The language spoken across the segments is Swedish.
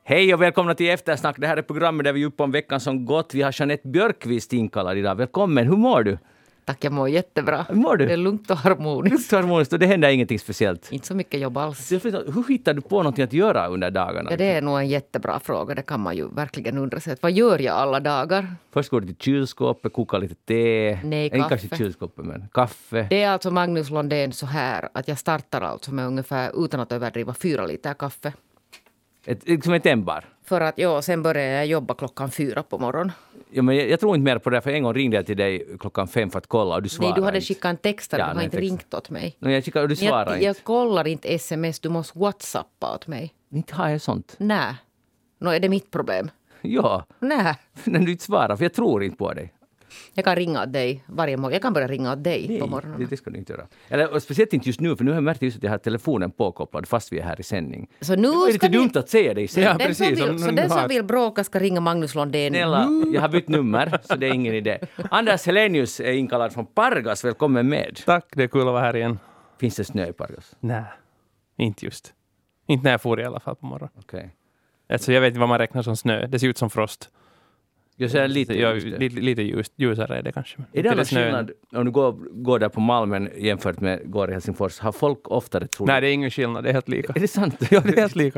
Hej och välkomna till Eftersnack. Det här är programmet där vi är uppe om veckan som gått. Vi har Jeanette Björkqvist inkallad idag. Välkommen, hur mår du? Tack, jag mår jättebra. Hur mår du? Det är lugnt och harmoniskt. Lugnt och harmoniskt och det händer ingenting speciellt. Inte så mycket jobb alls. Hur hittar du på någonting att göra under dagarna? Ja, det är nog en jättebra fråga. Det kan man ju verkligen undra sig. Vad gör jag alla dagar? Först går du till kylskåpet, kokar lite te. Nej, Inte kanske kaffe. Kylskåpet, men kaffe. Det är alltså Magnus Londén så här att jag startar alltså med ungefär, utan att överdriva, 4 liter kaffe. Som ett ämbar. För att sen börjar jag jobba klockan 4 på morgonen. Ja, men jag tror inte mer på det, för en gång ringde jag till dig klockan 5 för att kolla och du svarade. Nej, du hade inte. skickat en text där, Ja, du har nej, inte text. ringt åt mig. No, jag kikade och du svarade Jag inte. kollar inte sms, du måste whatsappa åt mig. Inte har jag sånt. Nej. Är det mitt problem? Ja, Nej. när du inte svarar, för jag tror inte på dig. Jag kan ringa åt dig varje morgon. Jag kan börja ringa åt dig på morgonen. Det ska du inte göra. Eller, och speciellt inte just nu, för nu har jag märkt just att jag har telefonen påkopplad fast vi är här i sändning. Så nu det är ska lite dumt att säga det i sändning. Ja, den som precis. vill, så den som vill bråka ska ringa Magnus Londén. Snälla, jag har bytt nummer, så det är ingen idé. Anders Helenius är inkallad från Pargas. Välkommen med. Tack, det är kul att vara här igen. Finns det snö i Pargas? Nej, inte just. Inte när jag får i alla fall på morgonen. Okej. Alltså, jag vet inte vad man räknar som snö. Det ser ut som frost. Jag ser lite Lite ljusare är det kanske. Är det någon skillnad om du går där på Malmen jämfört med går i Helsingfors? Har folk oftare trott? Nej, det är ingen skillnad. Det är helt lika. Är det sant? Ja, det är helt lika.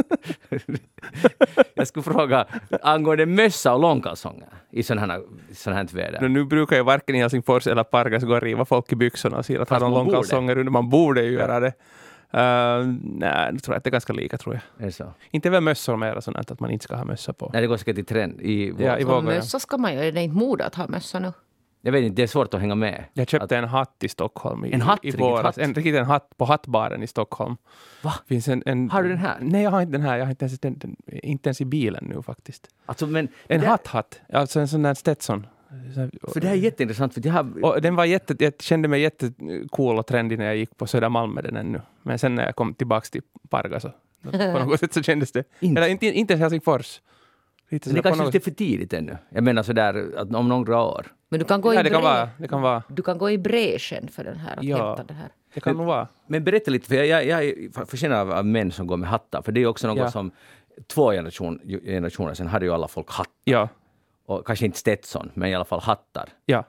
Jag skulle fråga angående mössa och långkalsonger i sån här väder. Nu brukar ju varken i Helsingfors eller Pargas gå och riva folk i byxorna och säga att Fast har de man långkalsonger under. Man borde ju göra det. Nej, nu tror jag att det är ganska lika, tror jag. Är det så? Inte väl mössor mer sånt att man inte ska ha mössa på. Nej, det går säkert i trend. I Ja, Så mössa ska man ju. Det är inte mode att ha mössa nu. Jag vet inte, det är svårt att hänga med. Jag köpte en hatt i Stockholm En hatt? i våras. En hatt på hattbaren i Stockholm. Va? Finns Har du den här? Nej, jag har inte den här. Jag har inte ens i bilen nu faktiskt. Alltså, men En hatt. Alltså en sån där Stetson. För det här är jätteintressant. För jag har... Och den var jag kände mig jättecool och trendig när jag gick på Södermalm med den ännu. Men sen när jag kom tillbaka till Pargas så på något sätt så kändes det. Eller inte Helsingfors. Men det kanske inte är för tidigt ännu. Jag menar sådär att om några år. Men du kan gå Ja, det kan vara. Du kan gå i bräschen för den här, att Ja. hämta det här. Det kan nog vara. Men berätta lite, för jag är fascinerad av män som går med hattar. För det är också något som 2 generationer sedan hade ju alla folk hatt. Ja. Och kanske inte Stetson, men i alla fall hattar. Ja.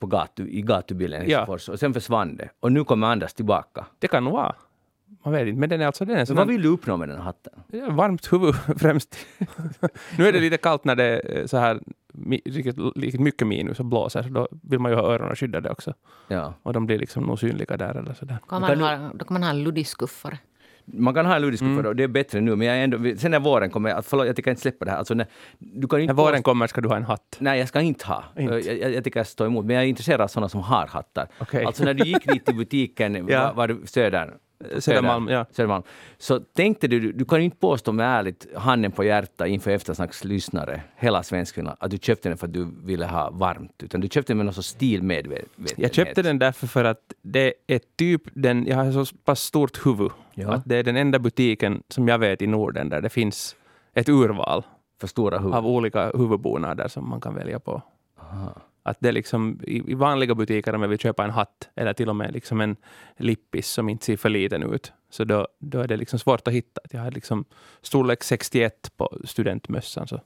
I gatubilen i Helsingfors. Och sen försvann det. Och nu kommer Anders tillbaka. Det kan nog vara. Man vet inte. Men den är Så vad vill du uppnå med den här hatten? Varmt huvud främst. Nu är det lite kallt när det är så här riktigt mycket minus och blåser. Så då vill man ju ha öronen skyddade också. Ja. Och de blir liksom nog synliga där eller sådär. Då kan man ha en luddiskuffare. Man kan ha en luddiskuffare och det är bättre nu. Men jag är ändå, sen när våren kommer, förlåt, jag tycker inte släppa det här. Alltså, du kan inte När våren kommer ska du ha en hatt. Nej, jag ska inte ha. Jag tycker jag står emot. Men jag är intresserad av sådana som har hattar. Okay. Alltså när du gick dit till butiken, var du Södermalm, ja. Södermalm. Så tänkte du kan ju inte påstå med ärligt, handen på hjärta inför Eftersnacks lyssnare, hela svenskarna, att du köpte den för att du ville ha varmt. Utan du köpte den med någon så stilmedvetenhet. Jag köpte den därför för att det är typ jag har så pass stort huvud. Ja. Att det är den enda butiken som jag vet i Norden där det finns ett urval För stora huvud. av olika huvudbonader som man kan välja på. Aha. Att det är liksom i vanliga butiker om jag vill köpa en hatt eller till och med liksom en lippis som inte ser för liten ut. Så då är det liksom svårt att hitta. Jag har liksom storlek 61 på studentmössan, så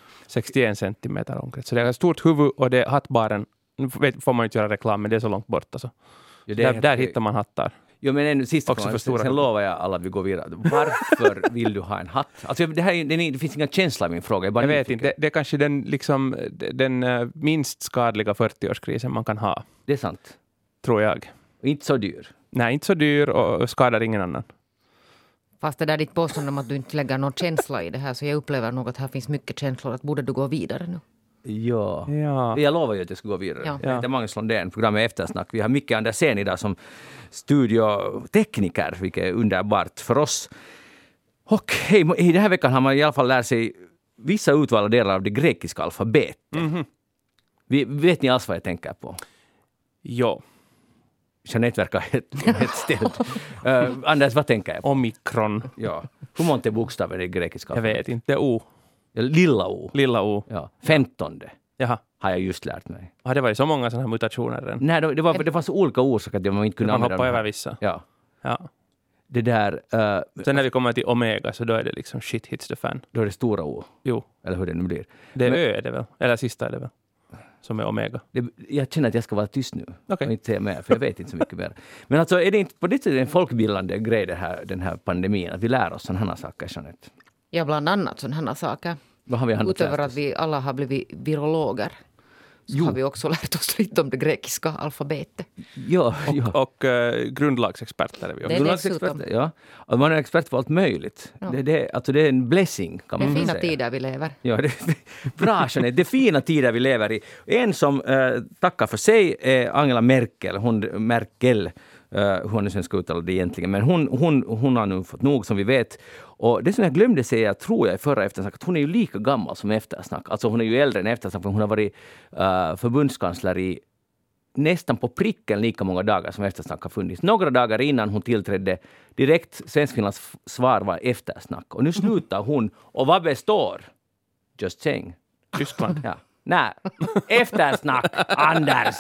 61 centimeter omkrets. Så det är ett stort huvud och det är hattbaren. Nu får man inte göra reklam, men det är så långt borta. Så. Ja, Där hittar man hattar. Jo, men ännu sista Också gången, för stora sen lovar jag alla att vi går vidare. Varför vill du ha en hatt? Alltså, det finns inga känsla i min fråga. Jag vet inte. Det är kanske den minst skadliga 40-årskrisen man kan ha. Det är sant. Tror jag. Och inte så dyr. Nej, inte så dyr och skadar ingen annan. Fast det där ditt påstående om att du inte lägger någon känsla i det här, så jag upplever nog att här finns mycket känslor. Att borde du gå vidare nu? Ja. Ja. Jag lovar ju att jag ska gå vidare. Ja. Jag heter Magnus Londén, programmet Eftersnack. Vi har Micke Andersén idag som studiotekniker, vilket är underbart för oss. Och i den här veckan har man i alla fall lärt sig vissa utvalda delar av det grekiska alfabetet. Mm-hmm. Vet ni alls vad jag tänker på? Jo. Jeanette verkar helt ställd. Anders, vad tänker jag på? Omikron. Ja. Hur många bokstäver är det grekiska Jag alfabetet? vet inte. O. Ja, lilla O. Lilla O. Ja. 15 Jaha. har jag just lärt mig. Har det varit så många sådana här mutationer än? Nej, det fanns olika orsaker att man inte kunde Man använda hoppar dem. över vissa. Ja. Ja. Det där... Sen när vi kommer till Omega så då är det liksom shit hits the fan. Då är det stora O. Jo. Eller hur det nu blir. Det är Ö är det väl? Eller sista är det väl? Som är Omega. Jag känner att jag ska vara tyst nu. Okej. Och inte säga mer, för jag vet inte så mycket mer. Men alltså, är det inte på det sättet en folkbildande grej den här pandemin? Att vi lär oss sådana här saker, Jeanette? Ja, bland annat sådana här saker. Vad har vi annat Utöver lärt att oss? vi alla har blivit virologer så har vi också lärt oss lite om det grekiska alfabetet. Ja. Och grundlagsexperter är vi också. Det är Grundlagsexperter, dessutom. ja. Och man är expert på allt möjligt. Ja. Alltså det är en blessing, kan Det man är fina säga. tider vi lever. Ja, bra, Jeanette. Det är fina tider vi lever i. En som tackar för sig är Angela Merkel. Merkel, hon är sen ska uttala det egentligen. Men hon har nu fått nog, som vi vet. Och det som jag glömde säga, tror jag, i förra eftersnack, att hon är ju lika gammal som Eftersnack. Alltså hon är ju äldre än Eftersnack, för hon har varit förbundskansler i nästan på pricken lika många dagar som Eftersnack har funnits. Några dagar innan hon tillträdde, direkt Svenskfinlands svar var Eftersnack. Och nu slutar hon. Och vad består? Just saying. Tyskland. Ja. Nej, Eftersnack, Anders.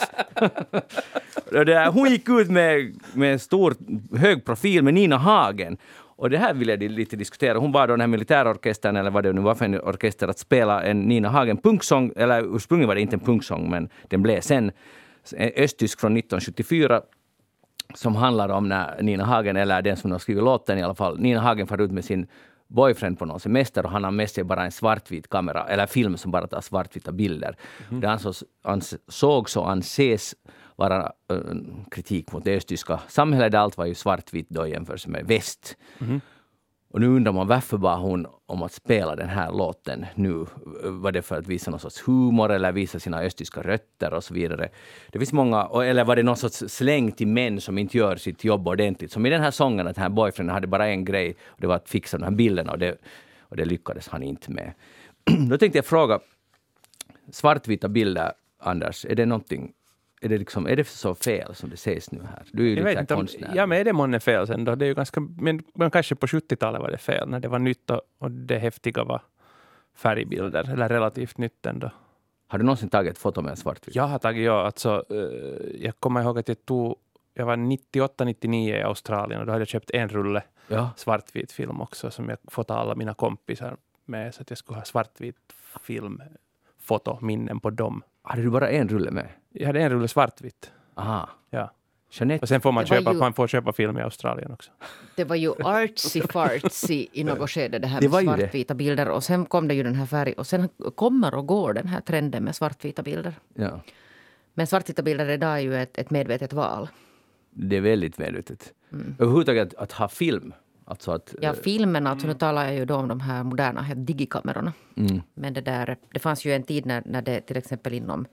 Hon gick ut med en stor hög profil med Nina Hagen. Och det här vill jag lite diskutera. Hon var då den här militärorkestern, eller vad det nu var för en orkester, att spela en Nina Hagen punksång. Eller ursprungligen var det inte en punksång, men den blev sen östtysk från 1974. Som handlar om när Nina Hagen, eller den som har skrivit låten i alla fall, Nina Hagen far ut med sin boyfriend på någon semester och han har med sig bara en svartvit kamera, eller film som bara tar svartvita bilder. Det ansågs och anses vara kritik mot det östtyska samhället, där allt var ju svartvitt då i jämförelse med väst. Och nu undrar man, varför var hon om att spela den här låten nu? Var det för att visa någon sorts humor eller visa sina östtyska rötter och så vidare? Det finns många, eller var det någon sorts släng till män som inte gör sitt jobb ordentligt? Som i den här sången, att den här boyfrienden hade bara en grej, och det var att fixa de här bilderna, och det lyckades han inte med. Då tänkte jag fråga, svartvita bilder, Anders, är det någonting... Är det så fel som det sägs nu här? Du är ju lite konstnär. Ja, men är det månne fel sen då? Det är ju ganska, men kanske på 70-talet var det fel, när det var nytt och det häftiga var färgbilder, eller relativt nytt ändå. Har du någonsin tagit ett foto med en svartvit? Jag har tagit, alltså, jag kommer ihåg att jag var 98-99 i Australien och då hade jag köpt en rulle svartvit film också som jag fått alla mina kompisar med, så att jag skulle ha svartvit film, fotominnen på dem. Hade du bara en rulle med? Jag hade en rulle svartvitt. Aha. Ja. Jeanette. Och sen får man får köpa film i Australien också. Det var ju artsy-fartsy i något skede, det här Det med var ju svartvita bilder. Och sen kom det ju den här färg. Och sen kommer och går den här trenden med svartvita bilder. Ja. Men svartvita bilder idag är ju ett medvetet val. Det är väldigt medvetet. Överhuvudtaget att ha film. Alltså att, Ja, filmen, alltså nu talar jag ju då om de här moderna digikamerorna. Men det fanns ju en tid när det till exempel inom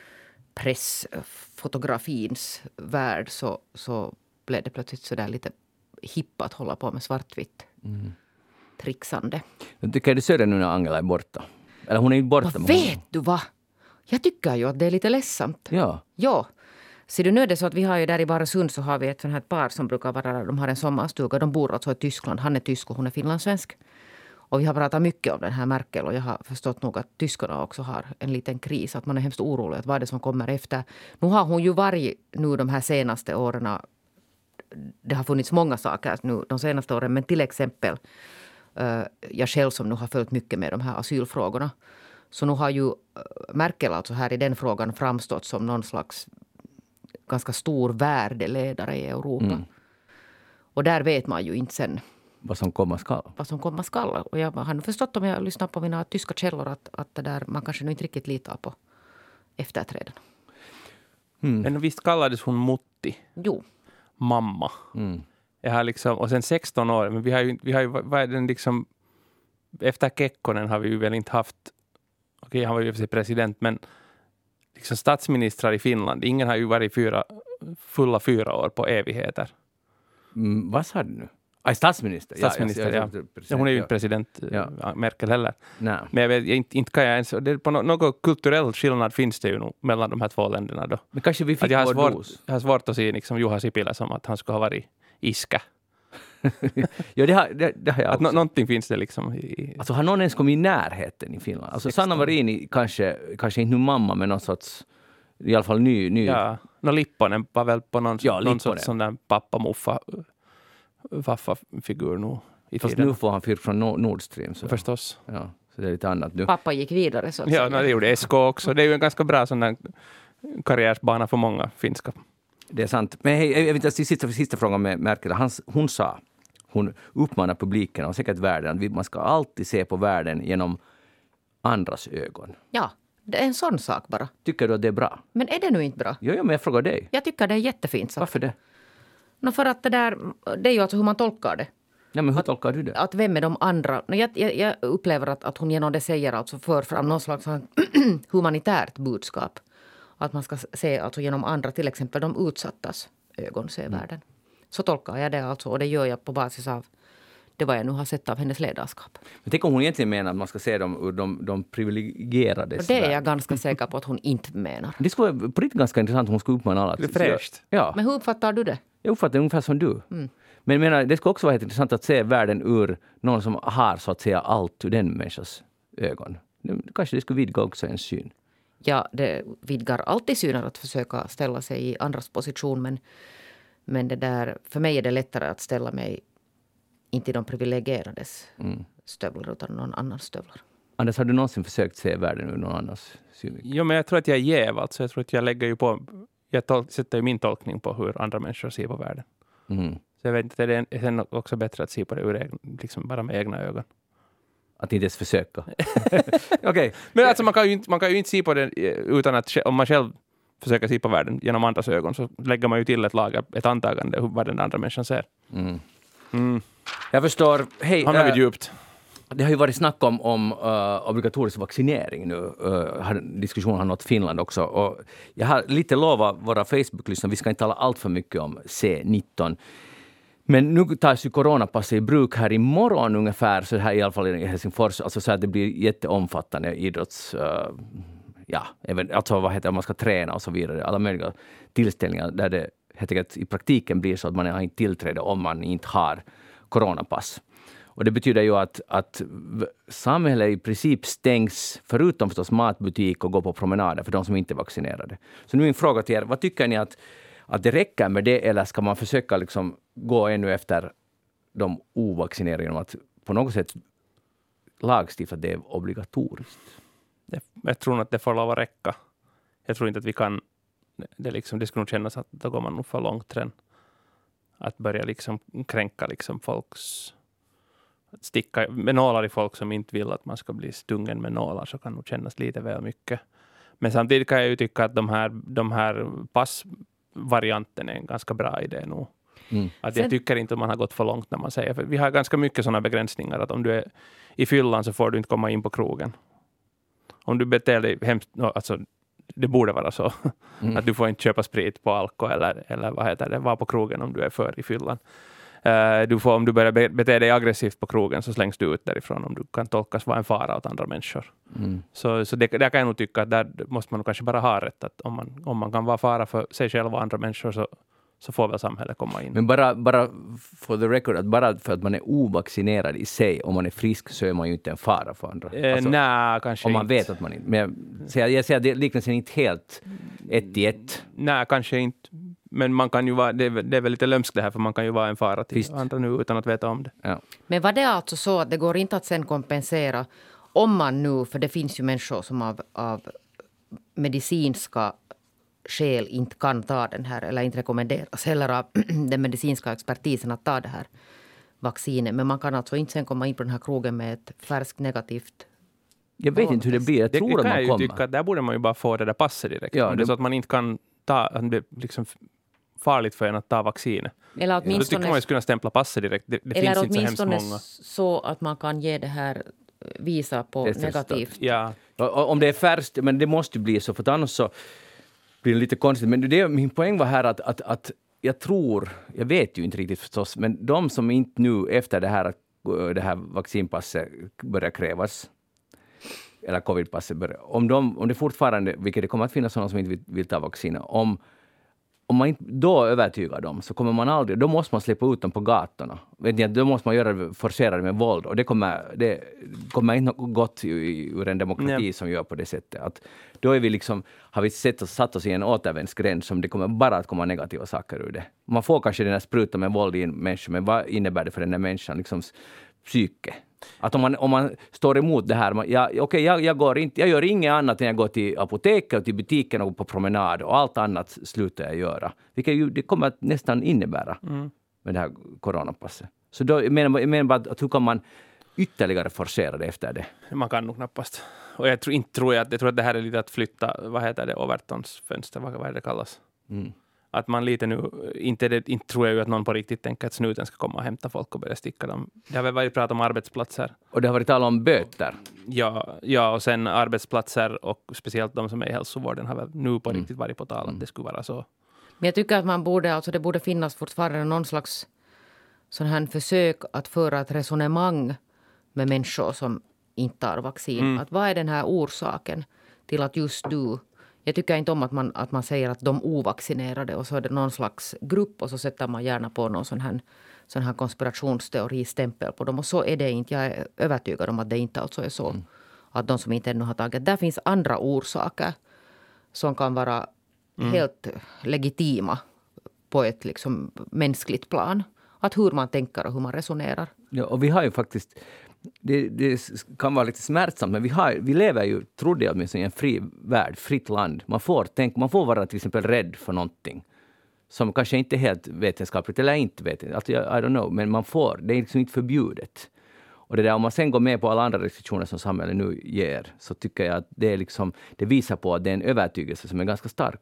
pressfotografins värld så blev det plötsligt så där lite hipp att hålla på med svartvitt trixande. Jag tycker det söder nu när Angela är borta. Eller hon är inte borta. Vad vet du vad? Jag tycker ju att det är lite ledsamt. Ja. Ja. Så nu är det så att vi har ju där i Baresund så har vi ett sånt här par som brukar vara där. De har en sommarstuga. De bor alltså i Tyskland. Han är tysk och hon är finlandssvensk. Och vi har pratat mycket om den här Merkel. Och jag har förstått nog att tyskarna också har en liten kris. Att man är hemskt orolig att vad är det som kommer efter. Nu har hon ju varit nu de här senaste åren. Det har funnits många saker nu de senaste åren. Men till exempel jag själv som nu har följt mycket med de här asylfrågorna. Så nu har ju Merkel alltså här i den frågan framstått som någon slags ganska stor värdeledare i Europa. Och där vet man ju inte sen vad som komma skall. Och jag har förstått, om jag lyssnar på mina tyska källor, att det där man kanske nu inte riktigt litar på efterträdarna. Men visst kallades hon Mutti? Jo. Mamma. Jag har liksom, och sen 16 år, men vi har ju vad är den liksom, efter Kekkonen har vi ju väl inte haft, okej, han var ju för sig president, men liksom statsministrar i Finland, ingen har ju varit fulla 4 år på evigheter. Vad sa du nu? Statsminister. Ja. Hon är ju inte president, Merkel heller. Nej. Men jag vet, inte kan jag ens, på något kulturell skillnad finns det ju nog mellan de här två länderna då. Men kanske vi fick jag har svårt att se liksom Juha Sipilä som att han skulle ha varit iska. Ja, det har jag också. Någonting finns det liksom Alltså har någon ens kommit i närheten i Finland? Alltså Sanna Marin kanske inte nu mamma, men någon sorts, i alla fall ny. Ja, Lipponen var väl på någon sorts sån där pappa-muffa Waffa-figur nu i Fast tiden. nu får han fyrt från Nord Stream. Så. Förstås. Ja, så det är lite annat nu. Pappa gick vidare så att Ja, säga. det gjorde SK också. Det är ju en ganska bra sån där karriärsbana för många finska. Det är sant. Men hej, jag vet inte, sista frågan med Merkel. Hon uppmanar publiken och säkert världen att man ska alltid se på världen genom andras ögon. Ja, det är en sån sak bara. Tycker du att det är bra? Men är det nu inte bra? Jo, men jag frågar dig. Jag tycker det är jättefint sagt. Varför det? För att det är ju alltså hur man tolkar det. Ja, men hur tolkar du det? Att vem är de andra? Jag upplever att hon genom det säger alltså för fram någon slags humanitärt budskap. Att man ska se alltså genom andra, till exempel de utsattas ögon, se världen. Så tolkar jag det alltså, och det gör jag på basis av det vad jag nu har sett av hennes ledarskap. Men tänk om hon egentligen menar att man ska se dem ur de privilegierades Och det är värld. jag ganska säker på att hon inte menar. Det skulle vara på riktigt ganska intressant om hon skulle uppmana alla. Det är fräscht. Ja, Men hur uppfattar du det? jag uppfattar det ungefär som du. Men jag menar, det skulle också vara helt intressant att se världen ur någon som har så att säga allt ur den människans ögon. Kanske det skulle vidga också en syn. Ja, det vidgar alltid synen att försöka ställa sig i andras position. Men det där, för mig är det lättare att ställa mig inte i de privilegierades stövlar utan någon annans stövlar. Anders, har du någonsin försökt se världen ur någon annans synvinkel? Jo, men jag tror att jag är jäv. Alltså. Jag tror att jag lägger ju på... sätter ju min tolkning på hur andra människor ser på världen. Så jag vet inte, det är också bättre att se på det ur liksom bara med egna ögon. Att inte ens försöka. Okej. Men alltså man kan ju inte se på det utan att om man själv försöker se på världen genom andras ögon så lägger man ju till ett antagande vad den andra människan ser. Jag förstår. Hej, Han har vi djupt. det har ju varit snack om obligatorisk vaccinering nu. Diskussionen har nått Finland också. Och jag har lite lovat våra Facebook-lyssnare, vi ska inte tala allt för mycket om C19. Men nu tas ju coronapasset i bruk här imorgon ungefär, så här i alla fall i Helsingfors, alltså så att det blir jätteomfattande alltså vad heter det, man ska träna och så vidare, alla möjliga tillställningar där det helt enkelt i praktiken blir så att man har inte tillträde om man inte har coronapass. Och det betyder ju att samhället i princip stängs, förutom förstås matbutik och gå på promenader för de som inte är vaccinerade. Så nu är min fråga till er, vad tycker ni att det räcker med det, eller ska man försöka liksom gå ännu efter de ovaccinerade genom att på något sätt lagstifta att det är obligatoriskt? Jag tror att det får lov att räcka. Jag tror inte att vi kan... Det skulle nog kännas att då går man nog för långt redan. Att börja liksom kränka liksom folks... Att sticka med nålar i folk som inte vill att man ska bli stungen med nålar, så kan nog kännas lite väl mycket. Men samtidigt kan jag ju tycka att de här passvarianten är en ganska bra idé nog. Att jag tycker inte att man har gått för långt när man säger... För vi har ganska mycket sådana begränsningar att om du är i fyllan så får du inte komma in på krogen. Om du beter dig hemskt... Alltså, det borde vara så. Att du får inte köpa sprit på alko eller vad heter det, vara på krogen om du är för i fyllan. Om du börjar bete dig aggressivt på krogen så slängs du ut därifrån om du kan tolkas vara en fara åt andra människor. Så där kan jag nog tycka att där måste man kanske bara ha rätt. Att om man kan vara fara för sig själv och andra människor så får väl samhället komma in. Men bara for the record, att bara för att man är ovaccinerad i sig, om man är frisk så är man ju inte en fara för andra. Nej, kanske om man inte. vet att man inte... Men jag säger att liknelsen är inte helt 1-1. Nej, kanske inte. Men man kan ju vara, det är väl lite lömskt det här, för man kan ju vara en fara till andra nu utan att veta om det. Ja. Men var det alltså så att det går inte att sen kompensera om man nu, för det finns ju människor som av medicinska skäl inte kan ta den här, eller inte rekommenderas heller av den medicinska expertisen att ta det här vaccinet. Men man kan alltså inte sen komma in på den här krogen med ett färskt negativt... Jag vet inte hur det blir. Jag tror att man kommer. Jag tycka att där borde man ju bara få det där passet direkt. Ja, om det är så att man inte kan ta... Det är liksom farligt för en att ta vaccinet. Eller åtminstone... Då tycker man ju skulle kunna stämpla passet direkt. Det finns inte så hemskt många. Så att man kan ge det här, visa på negativt. Ja. Om det är färskt, men det måste bli så, för annars så blir det lite konstigt. Men min poäng var här att jag vet ju inte riktigt förstås, men de som inte nu efter det här vaccinpasset börjar krävas, eller covidpasset börjar, om det fortfarande, vilket det kommer att finnas sådana som inte vill ta vacciner, om om man inte då övertygar dem så kommer man aldrig, då måste man släppa ut dem på gatorna. Då måste man forcera det med våld och det kommer inte något gott ur en demokrati som gör på det sättet. Att då är har vi satt oss i en återvändsgränd som det kommer bara att komma negativa saker ur det. Man får kanske den här sprutan med våld i en människa, men vad innebär det för den här människan psyke? Att om man står emot det här, jag gör inget annat än jag går till apoteket och till butiken och på promenad och allt annat slutar jag göra. Vilket det kommer att nästan innebära med det här coronapasset. Så då jag menar bara att hur kan man ytterligare forcera det efter det? Man kan nog knappast. Och jag tror att det här är lite att flytta, Overtons fönster, vad det kallas. Att man lite nu, inte tror jag ju att någon på riktigt tänker att snuten ska komma och hämta folk och börja sticka dem. Det har väl varit prat om arbetsplatser. Och det har varit tal om böter. Ja, och sen arbetsplatser och speciellt de som är i hälsovården har väl nu på riktigt varit på tal att det skulle vara så. Men jag tycker att det borde finnas fortfarande någon slags sån här försök att föra ett resonemang med människor som inte tar vaccin. Att vad är den här orsaken till att just du... Jag tycker inte om att man säger att de ovaccinerade och så är det någon slags grupp och så sätter man gärna på någon sån här konspirationsteori-stämpel på dem. Och så är det inte. Jag är övertygad om att det inte alltså är så. Att de som inte ännu har tagit... Där finns andra orsaker som kan vara helt legitima på ett mänskligt plan. Att hur man tänker och hur man resonerar. Ja, och vi har ju faktiskt... Det kan vara lite smärtsamt, men vi lever ju, trodde jag åtminstone, i en fri värld, fritt land. Man får vara till exempel rädd för någonting som kanske inte är helt vetenskapligt eller inte vetenskapligt. I don't know, men man får. Det är inte förbjudet. Och det där, om man sen går med på alla andra restriktioner som samhället nu ger, så tycker jag att det visar på att det är en övertygelse som är ganska stark.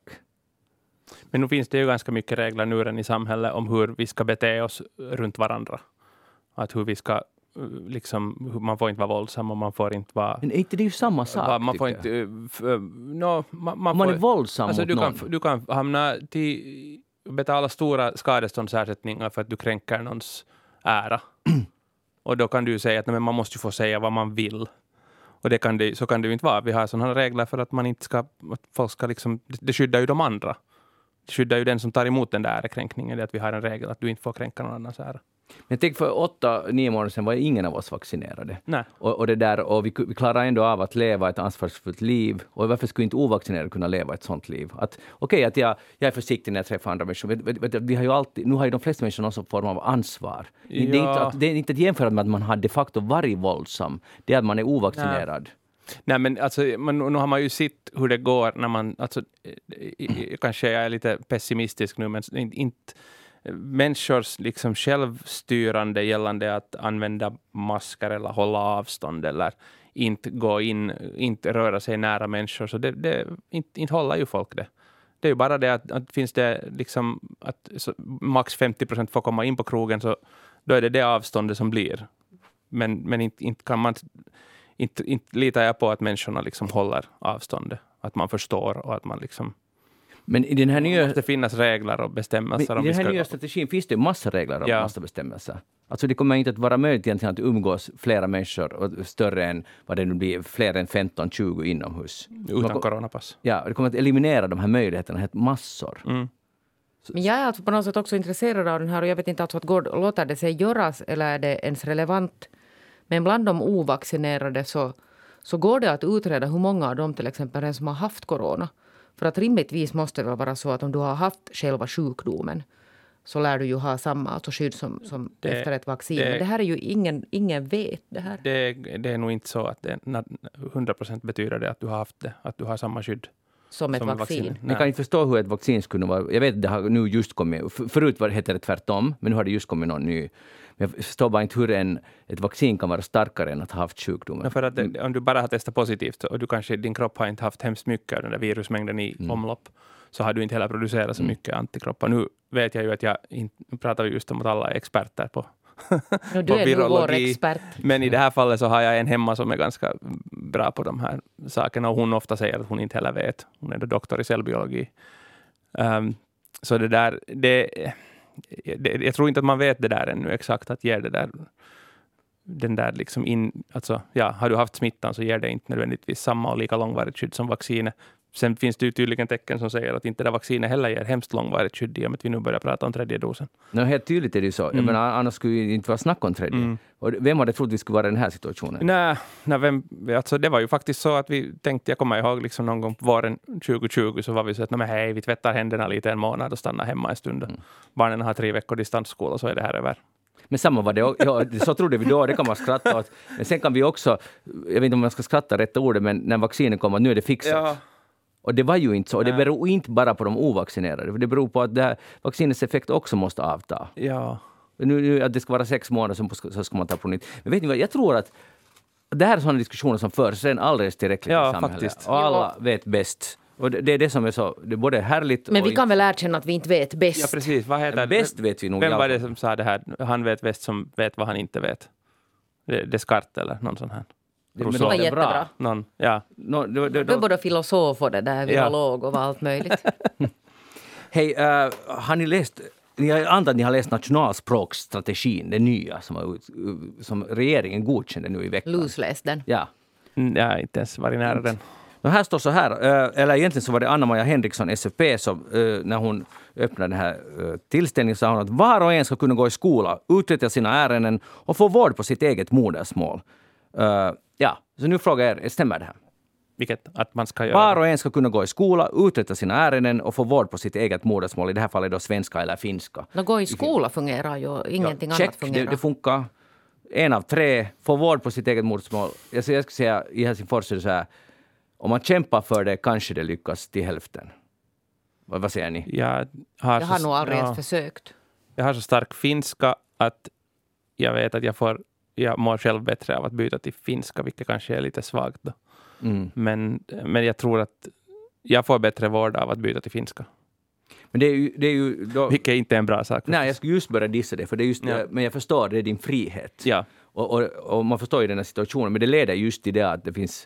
Men nu finns det ju ganska mycket regler nu redan i samhället om hur vi ska bete oss runt varandra. Att hur vi ska man får inte vara våldsam och man får inte vara... Men är inte det ju samma sak? Man får inte... man är våldsam mot någon. Du kan hamna till betala stora skadeståndsersättningar för att du kränker någons ära. Och då kan du säga att man måste ju få säga vad man vill. Och så kan det ju inte vara. Vi har sådana regler för att man inte ska... Att folk ska det skyddar ju de andra. Det skyddar ju den som tar emot den där ärekränkningen. Det att vi har en regel att du inte får kränka någon annans ära. Men tänk, för 8-9 månader sedan var ingen av oss vaccinerade. Nej. Och vi klarar ändå av att leva ett ansvarsfullt liv. Och varför skulle inte ovaccinerade kunna leva ett sånt liv? Att jag är försiktig när jag träffar andra människor. Vi har ju alltid, nu har ju de flesta människor någon form av ansvar. Ja. Det är inte att jämföra med att man har de facto varit våldsam. Det är att man är ovaccinerad. Nej, men alltså, nu har man ju sett hur det går när man... Alltså, kanske jag är lite pessimistisk nu, men inte... Människors självstyrande gällande att använda masker eller hålla avstånd eller inte röra sig nära människor, så det inte håller ju folk det. Det är ju bara det att finns det att max 50% får komma in på krogen, så då är det avståndet som blir. Men inte kan man inte litar jag på att människorna håller avståndet, att man förstår och att man Men i den här nya... måste finnas regler och bestämmelser. I den här nya strategin finns det massa regler och massa bestämmelser. Alltså det kommer inte att vara möjligt egentligen att umgås flera människor och större än vad det nu blir, fler än 15-20 inomhus. Utan coronapass. Ja, det kommer att eliminera de här möjligheterna helt massor. Men jag är alltså på något sätt också intresserad av den här och jag vet inte alltså att låter det sig göras eller är det ens relevant. Men bland de ovaccinerade så går det att utreda hur många av dem till exempel som har haft corona. För att rimligtvis måste det vara så att om du har haft själva sjukdomen så lär du ju ha samma skydd som efter ett vaccin. Men det här är ju ingen vet det här. Det är nog inte så att det 100% betyder det att du har haft det, att du har samma skydd. Som ett vaccin. Jag kan inte förstå hur ett vaccin skulle vara. Jag vet att det har nu just kommit. Förut hette det tvärtom, men nu har det just kommit någon ny. Men jag förstår bara inte hur ett vaccin kan vara starkare än att ha haft sjukdomen. För att om du bara har testat positivt och din kropp har inte haft hemskt mycket av den där virusmängden i omlopp, så har du inte heller producerat så mycket antikroppar. Nu vet jag ju att pratar vi just om att alla är experter på du är ju vår expert. Men i det här fallet så har jag en hemma som är ganska bra på de här sakerna och hon ofta säger att hon inte heller vet. Hon är doktor i cellbiologi. Så jag tror inte att man vet det där ännu exakt, att ger det där den där har du haft smittan så ger det inte nödvändigtvis samma och lika långvarigt skydd som vaccinet. Sen finns det ju tydligen tecken som säger att inte det vaccinet heller ger hemskt långvarigt skydd i och med att vi nu börjar prata om 3:e dosen. Helt tydligt är det ju så. Jag menar, annars skulle det inte vara snack om 3:e. Och vem hade trott vi skulle vara i den här situationen? Alltså det var ju faktiskt så att vi tänkte, jag kommer ihåg liksom någon gång på våren 2020 så var vi så att hej, vi tvättar händerna lite en månad och stannar hemma en stund. Barnen har 3 veckor distansskola, så är det här över. Men samma var det, så trodde vi då, det kan man skratta åt. Men sen kan vi också, jag vet inte om man ska skratta rätt ordet, men när vaccinen kommer, nu är det fixat. Ja. Och det var ju inte så. Och det beror inte bara på de ovaccinerade. Det beror på att det här vaccinets effekt också måste avta. Ja. Nu att det ska vara 6 månader så ska man ta på nytt. Men vet ni vad, jag tror att det här är sådana diskussioner som förs sen alldeles tillräckligt i samhället. Faktiskt. Och alla vet bäst. Och det är det som är så, det är både härligt men vi kan väl erkänna att vi inte vet bäst. Ja, precis. Vad heter bäst vet vi nog. Vem var det som sa det här? Han vet bäst som vet vad han inte vet. Descartes eller någon sån här. Det var jättebra. Någon, ja. Du är både filosof och det där, biolog och allt möjligt. Hej, har ni läst, jag antar att ni har läst nationalspråksstrategin, den nya som regeringen godkände nu i veckan. Lusläst den. Ja. Jag har inte ens varit nära den. Och här står så här, eller egentligen så var det Anna-Maja Henriksson, SFP, som när hon öppnade den här tillställningen sa hon att var och en ska kunna gå i skola, uträtta sina ärenden och få vård på sitt eget modersmål. Ja, så nu frågar jag er, stämmer det här? Vilket att man ska göra? Var och en ska kunna gå i skola, uträtta sina ärenden och få vård på sitt eget modersmål. I det här fallet då svenska eller finska. Gå i skola fungerar ju, ingenting annat fungerar. Det funkar. 1 av 3 får vård på sitt eget modersmål. Jag ska säga i Helsingfors är det så här, om man kämpar för det kanske det lyckas till hälften. Vad säger ni? Jag har nog aldrig ens försökt. Jag har så stark finska att jag vet att jag mår själv bättre av att byta till finska, vilket kanske är lite svagt då. Men jag tror att jag får bättre vård av att byta till finska. Men det är ju då, vilket inte är en bra sak. Nej, jag skulle just börja dissa det, för det är just men jag förstår, det är din frihet. Ja. Och man förstår ju den här situationen, men det leder just till det att det finns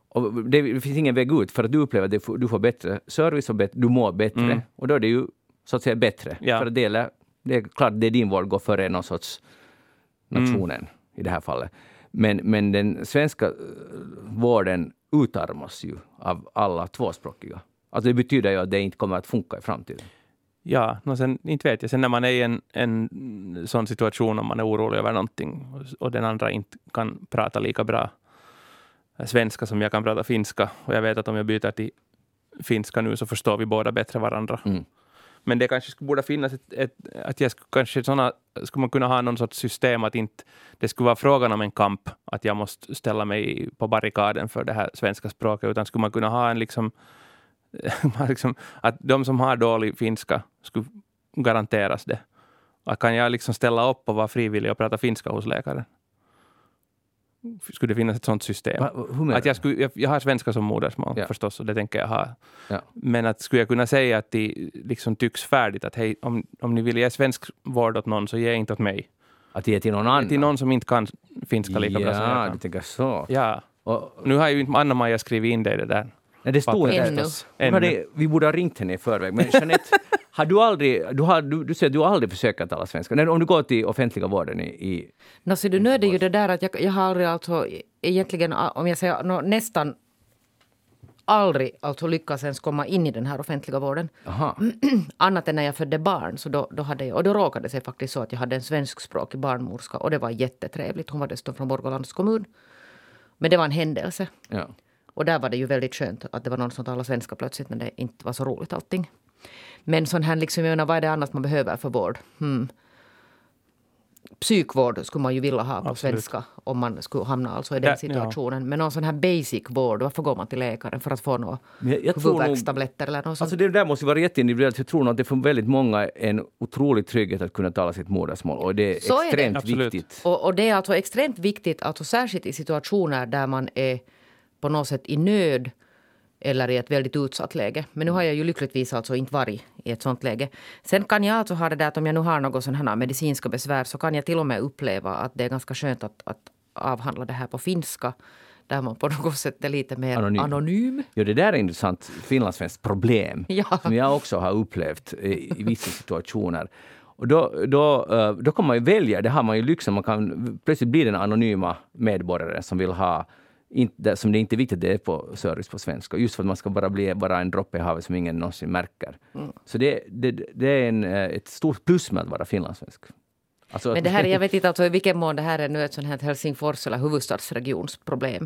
ingen väg ut, för att du upplever att du får bättre service och du mår bättre. Och då är det ju så att säga bättre. Ja. För det är klart, det är din vård går före någon sorts nationen i det här fallet. Men den svenska vården utarmas ju av alla tvåspråkiga. Alltså det betyder ju att det inte kommer att funka i framtiden. Ja, sen inte vet jag. Sen när man är i en sån situation, om man är orolig över någonting och den andra inte kan prata lika bra svenska som jag kan prata finska, och jag vet att om jag byter till finska nu så förstår vi båda bättre varandra. Men det kanske borde finnas att jag skulle man kunna ha någon sorts system att inte det skulle vara frågan om en kamp att jag måste ställa mig på barrikaden för det här svenska språket, utan skulle man kunna ha en liksom att de som har dålig finska skulle garanteras det. Att kan jag liksom ställa upp och vara frivillig och prata finska hos läkaren? Skulle det finnas ett sånt system? Att jag har svenska som modersmål förstås, och det tänker jag ha. Ja. Men att skulle jag kunna säga att det liksom tycks färdigt att hej, om ni vill ge svensk vård åt någon så ge inte åt mig. Att ge till någon annan? Till någon som inte kan finska lika bra som jag kan. Ja, du tänker så. Ja. Och nu har ju inte Anna-Maja skrivit in det där. Nej, det stod inte. Vi borde ha ringt henne i förväg. Men Jeanette, har du aldrig, du säger att du aldrig försöker tala svenska. Nej, om du går till offentliga vården i så du nödde ju det där att jag har aldrig alltså egentligen, om jag säger nästan aldrig alltså lyckas ens komma in i den här offentliga vården. Aha. Annat än när jag födde barn, så då hade jag, och då råkade det sig faktiskt så att jag hade en svenskspråkig barnmorska, och det var jättetrevligt. Hon var dessutom från Borgålands kommun. Men det var en händelse. Ja. Och där var det ju väldigt skönt att det var någon som talade svenska plötsligt, när det inte var så roligt allting. Men sån här liksom, vad är det annat man behöver för vård? Psykvård skulle man ju vilja ha på svenska om man skulle hamna alltså i den situationen. Men någon sån här basic vård, varför går man till läkaren för att få några huvudvärkstabletter eller något sånt? Alltså det där måste vara jätteindividuellt. Jag tror att det för väldigt många är en otrolig trygghet att kunna tala sitt modersmål, och det är så extremt är det. Viktigt. Och det är alltså extremt viktigt, alltså särskilt i situationer där man är på något sätt i nöd eller i ett väldigt utsatt läge. Men nu har jag ju lyckligtvis alltså inte varit i ett sånt läge. Sen kan jag alltså ha det där att om jag nu har något sån här medicinska besvär, så kan jag till och med uppleva att det är ganska skönt att avhandla det här på finska, där man på något sätt är lite mer anonym. Ja, det där är intressant finlandssvenskt problem som jag också har upplevt i vissa situationer. Och då kan man ju välja, det har man ju lyxen, man kan plötsligt bli den anonyma medborgaren som vill ha inte, som det inte är viktigt det är på service på svenska. Just för att man ska bara bli en droppe i havet som ingen någonsin märker. Så det är ett stort plus med att vara finlandssvensk. Alltså, men det här, jag vet inte alltså i vilken mån det här är nu ett sånt här Helsingfors eller huvudstadsregionsproblem.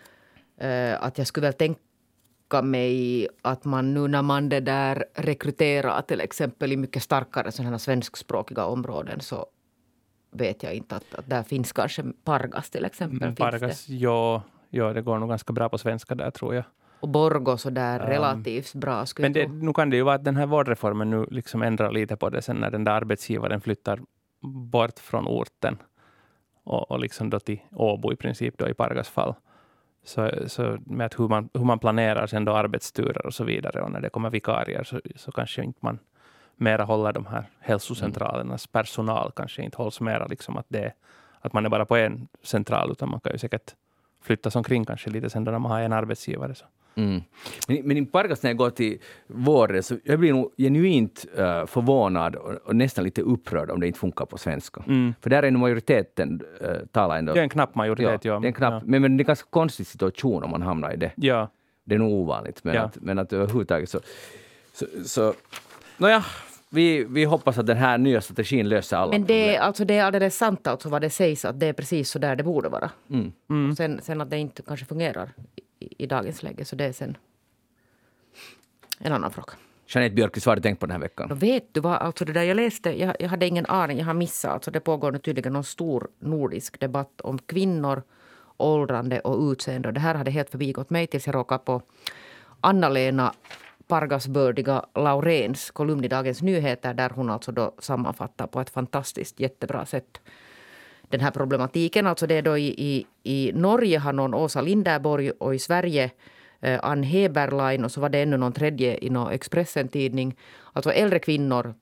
Att jag skulle väl tänka mig att man nu när man det där rekryterar till exempel i mycket starkare sådana svenskspråkiga områden så vet jag inte att där finns kanske Pargas till exempel. Pargas, ja, det går nog ganska bra på svenska där tror jag. Och Borgå så där relativt bra. Men nu kan det ju vara att den här vårdreformen nu liksom ändrar lite på det sen när den där arbetsgivaren flyttar bort från orten och liksom då till Åbo i princip då i Pargas fall. Så med att hur man planerar sen då arbetsturer och så vidare och när det kommer vikarier så kanske inte man mera håller de här hälsocentralernas personal kanske inte hålls mera liksom att man är bara på en central utan man kan ju säkert flyttas omkring kanske lite sen när man har en arbetsgivare. Så. Men i Pargas när jag går till vården så jag blir nog genuint förvånad och nästan lite upprörd om det inte funkar på svenska. För där är nog majoriteten talar ändå. Det är en knapp majoritet, ja. Det är en knapp, men det är en ganska konstig situation om man hamnar i det. Ja. Det är nog ovanligt, men att överhuvudtaget så nåja, vi hoppas att den här nya strategin löser alla men det är alldeles sant alltså vad det sägs att det är precis så där det borde vara. Och sen att det inte kanske fungerar i dagens läge så det är sen en annan fråga. Jeanette Björkqvist, vad har du tänkt på den här veckan? Då vet du vad, alltså det där jag läste, jag hade ingen aning, jag har missat, alltså det pågår nu tydligen någon stor nordisk debatt om kvinnor, åldrande och utseende och det här hade helt förbigått mig tills jag råkade på Anna-Lena Pargasbördiga Lauréns kolumn i Dagens Nyheter där hon alltså då sammanfattar på ett fantastiskt jättebra sätt den här problematiken. Alltså det är då i Norge har någon Åsa Linderborg och i Sverige Ann Heberlein och så var det ännu någon tredje i någon Expressen-tidning. Alltså äldre kvinnor,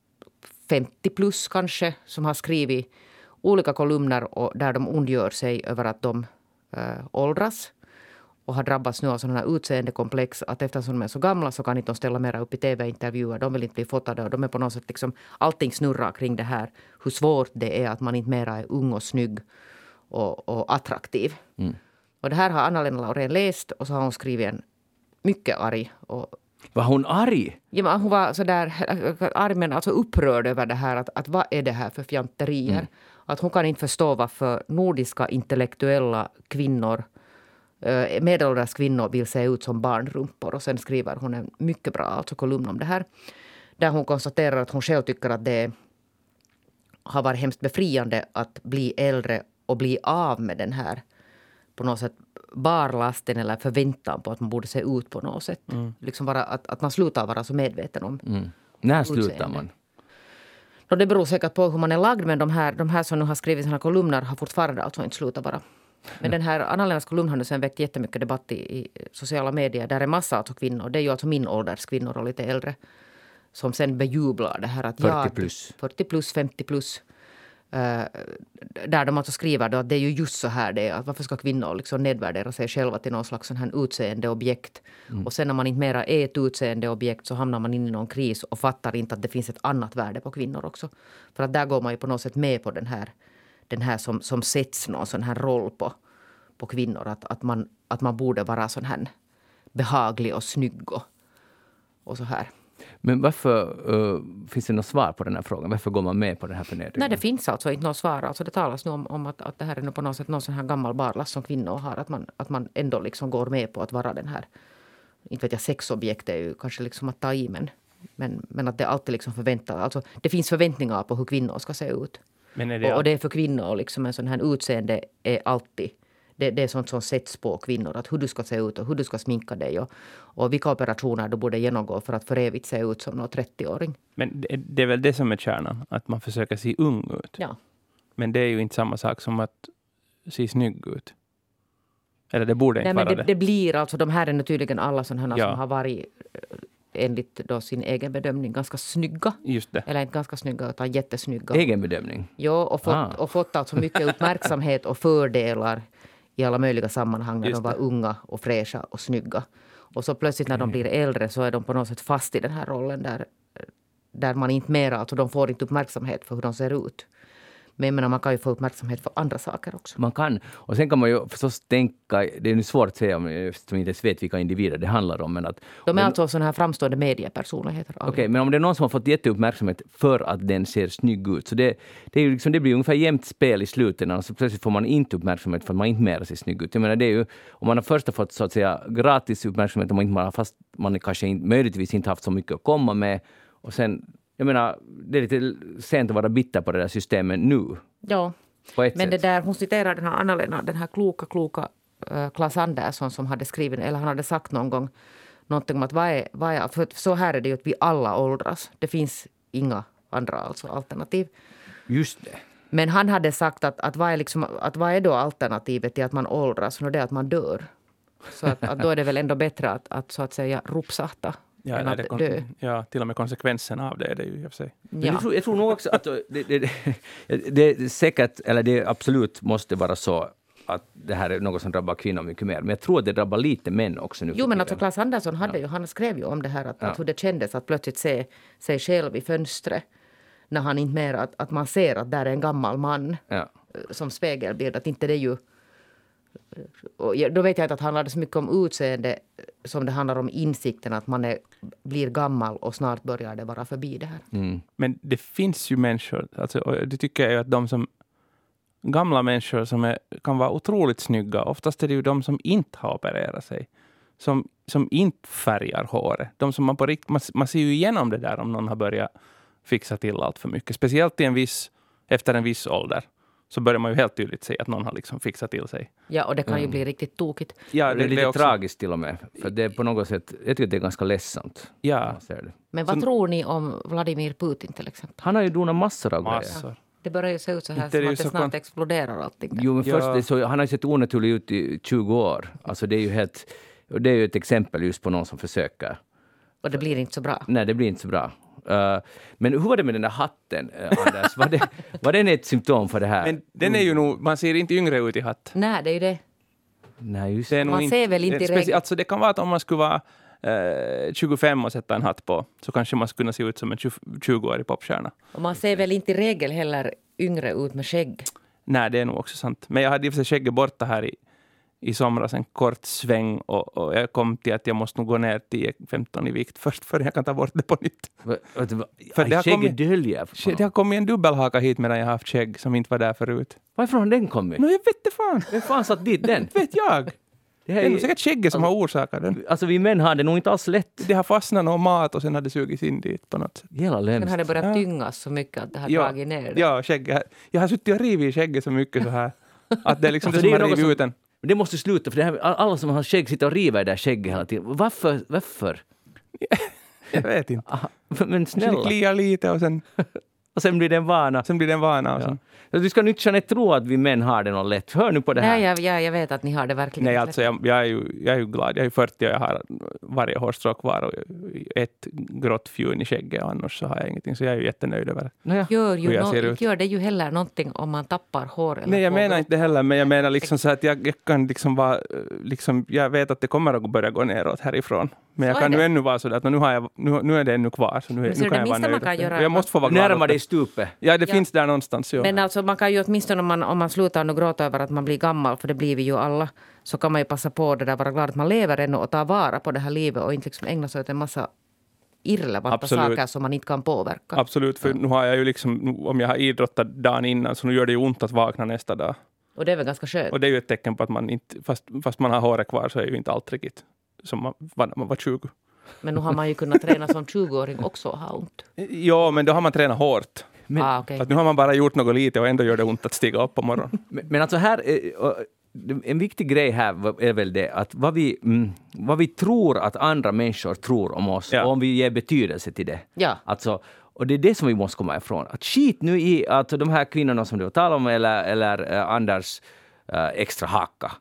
50 plus kanske, som har skrivit olika kolumner och där de ondgör sig över att de åldras. Och har drabbats nu av sådana här utseendekomplex att eftersom de är så gamla så kan inte de ställa mera upp i tv-intervjuer. De vill inte bli fotade och de är på något sätt liksom allting snurrar kring det här. Hur svårt det är att man inte mera är ung och snygg och attraktiv. Och det här har Anna-Lena Laurén läst och så har hon skrivit en mycket arg. Var hon arg? Ja, men hon var sådär arg men alltså upprörd över det här att vad är det här för fjanterier? Att hon kan inte förstå varför nordiska intellektuella kvinnor medelålders kvinnor vill se ut som barnrumpor och sen skriver hon en mycket bra alltså kolumn om det här. Där hon konstaterar att hon själv tycker att det har varit hemskt befriande att bli äldre och bli av med den här på något sätt barlasten eller förväntan på att man borde se ut på något sätt. Liksom bara att man slutar vara så medveten om När slutar man? Och det beror säkert på hur man är lagd men de här som nu har skrivit såna kolumner har fortfarande alltså inte slutat vara. Men den här Anna-Lenas kolumn har nu sen väckt jättemycket debatt i sociala medier. Där är massa alltså kvinnor. Det är ju alltså min ålders kvinnor och lite äldre. Som sen bejublar det här att 40 plus. 40 plus, 50 plus. Där de alltså skriver då att det är ju just så här det är. Att varför ska kvinnor liksom nedvärdera sig själva till någon slags sån här utseendeobjekt. Och sen när man inte mera är ett utseendeobjekt så hamnar man in i någon kris och fattar inte att det finns ett annat värde på kvinnor också. För att där går man ju på något sätt med på den här som sätts någon sån här roll på kvinnor. Att man borde vara sån här behaglig och snygg och så här. Men varför finns det något svar på den här frågan? Varför går man med på den här förnedringen? Nej, det finns alltså inte något svar. Alltså det talas nu om att det här är på något sätt någon sån här gammal barlast som kvinnor har. Att man ändå liksom går med på att vara den här, inte vet jag, sexobjekt är ju kanske liksom att ta i men att det alltid liksom förväntar. Alltså det finns förväntningar på hur kvinnor ska se ut. Men och det är för kvinnor liksom en sån här utseende är alltid det är sånt som sätts på kvinnor att hur du ska se ut och hur du ska sminka dig och vilka operationer du borde genomgå för att för evigt se ut som någon 30-åring. Men det är väl det som är kärnan, att man försöker se ung ut. Ja. Men det är ju inte samma sak som att se snygg ut. Eller det borde inte vara det. Det blir alltså, de här är naturligen alla sådana Ja. som har varit enligt då sin egen bedömning ganska snygga. Just det. Eller inte ganska snygga utan jättesnygga. Egen bedömning? Ja, och fått alltså mycket uppmärksamhet och fördelar i alla möjliga sammanhang när Just de var unga och fräscha och snygga. Och så plötsligt när de blir äldre så är de på något sätt fast i den här rollen där man inte mera, alltså de får inte uppmärksamhet för hur de ser ut. Men jag menar, man kan ju få uppmärksamhet för andra saker också. Man kan. Och sen kan man ju förstås tänka, det är nu svårt att säga om jag inte vet vilka individer det handlar om. Men att, de är alltså sådana här framstående mediepersonligheter. Okej, men om det är någon som har fått jätteuppmärksamhet för att den ser snygg ut. Så det är ju liksom, det blir ungefär jämnt spel i slutändan. Så plötsligt får man inte uppmärksamhet för att man inte mer ser snygg ut. Jag menar, det är ju, om man har först fått så att säga gratis uppmärksamhet, fast man kanske inte, möjligtvis inte haft så mycket att komma med. Och sen, jag menar, det är lite sent att vara bitter på det där systemet nu. Ja, men det där, hon citerar den här Anna-Lena, den här kloka Claes Andersson som hade skrivit, eller han hade sagt någon gång någonting om att vad är, för så här är det ju att vi alla åldras. Det finns inga andra alltså alternativ. Just det. Men han hade sagt att vad är då alternativet till att man åldras? Och det är att man dör. Så att då är det väl ändå bättre att så att säga ropsahta. Ja, ja, till och med konsekvensen av det är det ju i och för sig. Ja. Jag tror nog också att det är säkert, eller det absolut måste vara så att det här är något som drabbar kvinnor mycket mer. Men jag tror att det drabbar lite män också nu. Jo, men alltså Claes Andersson han skrev ju om det här att hur det kändes att plötsligt se sig själv i fönstret när han inte mer att man ser att där är en gammal man som spegelbild, att inte det ju. Och då vet jag inte att det handlar så mycket om utseende som det handlar om insikten att man blir gammal och snart börjar det vara förbi det här. Mm. Men det finns ju människor, alltså, och det tycker jag är att de som gamla människor som kan vara otroligt snygga, oftast är det ju de som inte har opererat sig, som inte färgar håret. De som man ser ju igenom det där om någon har börjat fixa till allt för mycket. Speciellt efter en viss ålder. Så börjar man ju helt tydligt se att någon har liksom fixat till sig. Ja, och det kan ju bli riktigt tokigt. Ja, det är lite tragiskt till och med. För det är på något sätt, jag tycker det är ganska ledsamt. Ja. Men vad tror ni om Vladimir Putin till exempel? Han har ju donat massor av grejer. Ja. Det börjar ju se ut så här som att det snart exploderar allting. Jo, men först, han har ju sett onaturlig ut i 20 år. Alltså det är ju ett exempel just på någon som försöker. Och det blir inte så bra. Nej, det blir inte så bra. Men hur var det med den där hatten, Anders? Var det ett symptom för det här? Men den är ju nog, man ser inte yngre ut i hatt. Nej, det är ju det. Nej, just det. Man ser väl inte alltså det kan vara att om man skulle vara 25 och sätta en hatt på, så kanske man skulle kunna se ut som en 20-årig popstjärna. Och man ser väl inte i regel heller yngre ut med skägg? Nej, det är nog också sant. Men jag hade ju för sig skägget borta här i somras, en kort sväng, och jag kom till att jag måste nog gå ner 10-15 i vikt först för jag kan ta bort det på nytt. För det har kommit en dubbelhaka hit medan jag har haft skägg som inte var där förut. Varför har den kommit? Jag vet det fan. Vem fan satt dit den? Vet jag. Det är säkert skägget som har orsakat den. Alltså vi män har det nog inte alls lätt. Det har fastnat någon mat och sen har det sugits in dit på något sätt. Sen har det börjat tyngas så mycket att det har dragit ner det. Ja, skägget. Jag har suttit och rivit i skägget så mycket så här. Att det är liksom det som har rivit ut den. Det måste sluta, för det här, alla som har skägg sitter och river i det här skägget hela tiden. Varför? Jag vet inte. Men snälla. Det kliar lite och sen... Och sen blir det en vana. Och sen... Du ska inte tro att vi män har det något lätt. Hör nu på det här. Nej, jag vet att ni har det verkligen lätt. Nej, alltså jag är ju glad. Jag är 40 och jag har varje hårstrå kvar och ett grått fjun i skägget, och annars så har jag ingenting. Så jag är ju jättenöjd över Gör det ju heller någonting om man tappar hår. Eller nej, jag menar inte heller, men jag menar liksom så att jag kan liksom vara, liksom, jag vet att det kommer att börja gå neråt härifrån. Men jag kan nu ännu vara så att nu är det ännu kvar. Så nu kan jag vara nöjd. Jag måste få vara glad. Närmare dig stupet. Ja, det finns där någonstans. Ja. Men alltså man kan ju åtminstone om man slutar nu gråta över att man blir gammal, för det blir vi ju alla, så kan man ju passa på det där, vara glad att man lever ännu och ta vara på det här livet och inte liksom ägna sig åt en massa irrelevanta saker som man inte kan påverka. Absolut, för nu har jag ju liksom, om jag har idrottat dagen innan, så nu gör det ju ont att vakna nästa dag. Och det är väl ganska skönt. Och det är ju ett tecken på att man inte, fast man har håret kvar, så är ju inte allt riktigt som man var 20. Men nu har man ju kunnat träna som 20-åring också och ha ont. Ja, men då har man tränat hårt. Okay. Att nu har man bara gjort något lite och ändå gör det ont att stiga upp på morgonen. Men alltså här, en viktig grej här är väl det att vad vi tror att andra människor tror om oss, och om vi ger betydelse till det. Ja. Alltså, och det är det som vi måste komma ifrån. Att skit nu i att de här kvinnorna som du talar om eller Anders extra hacka.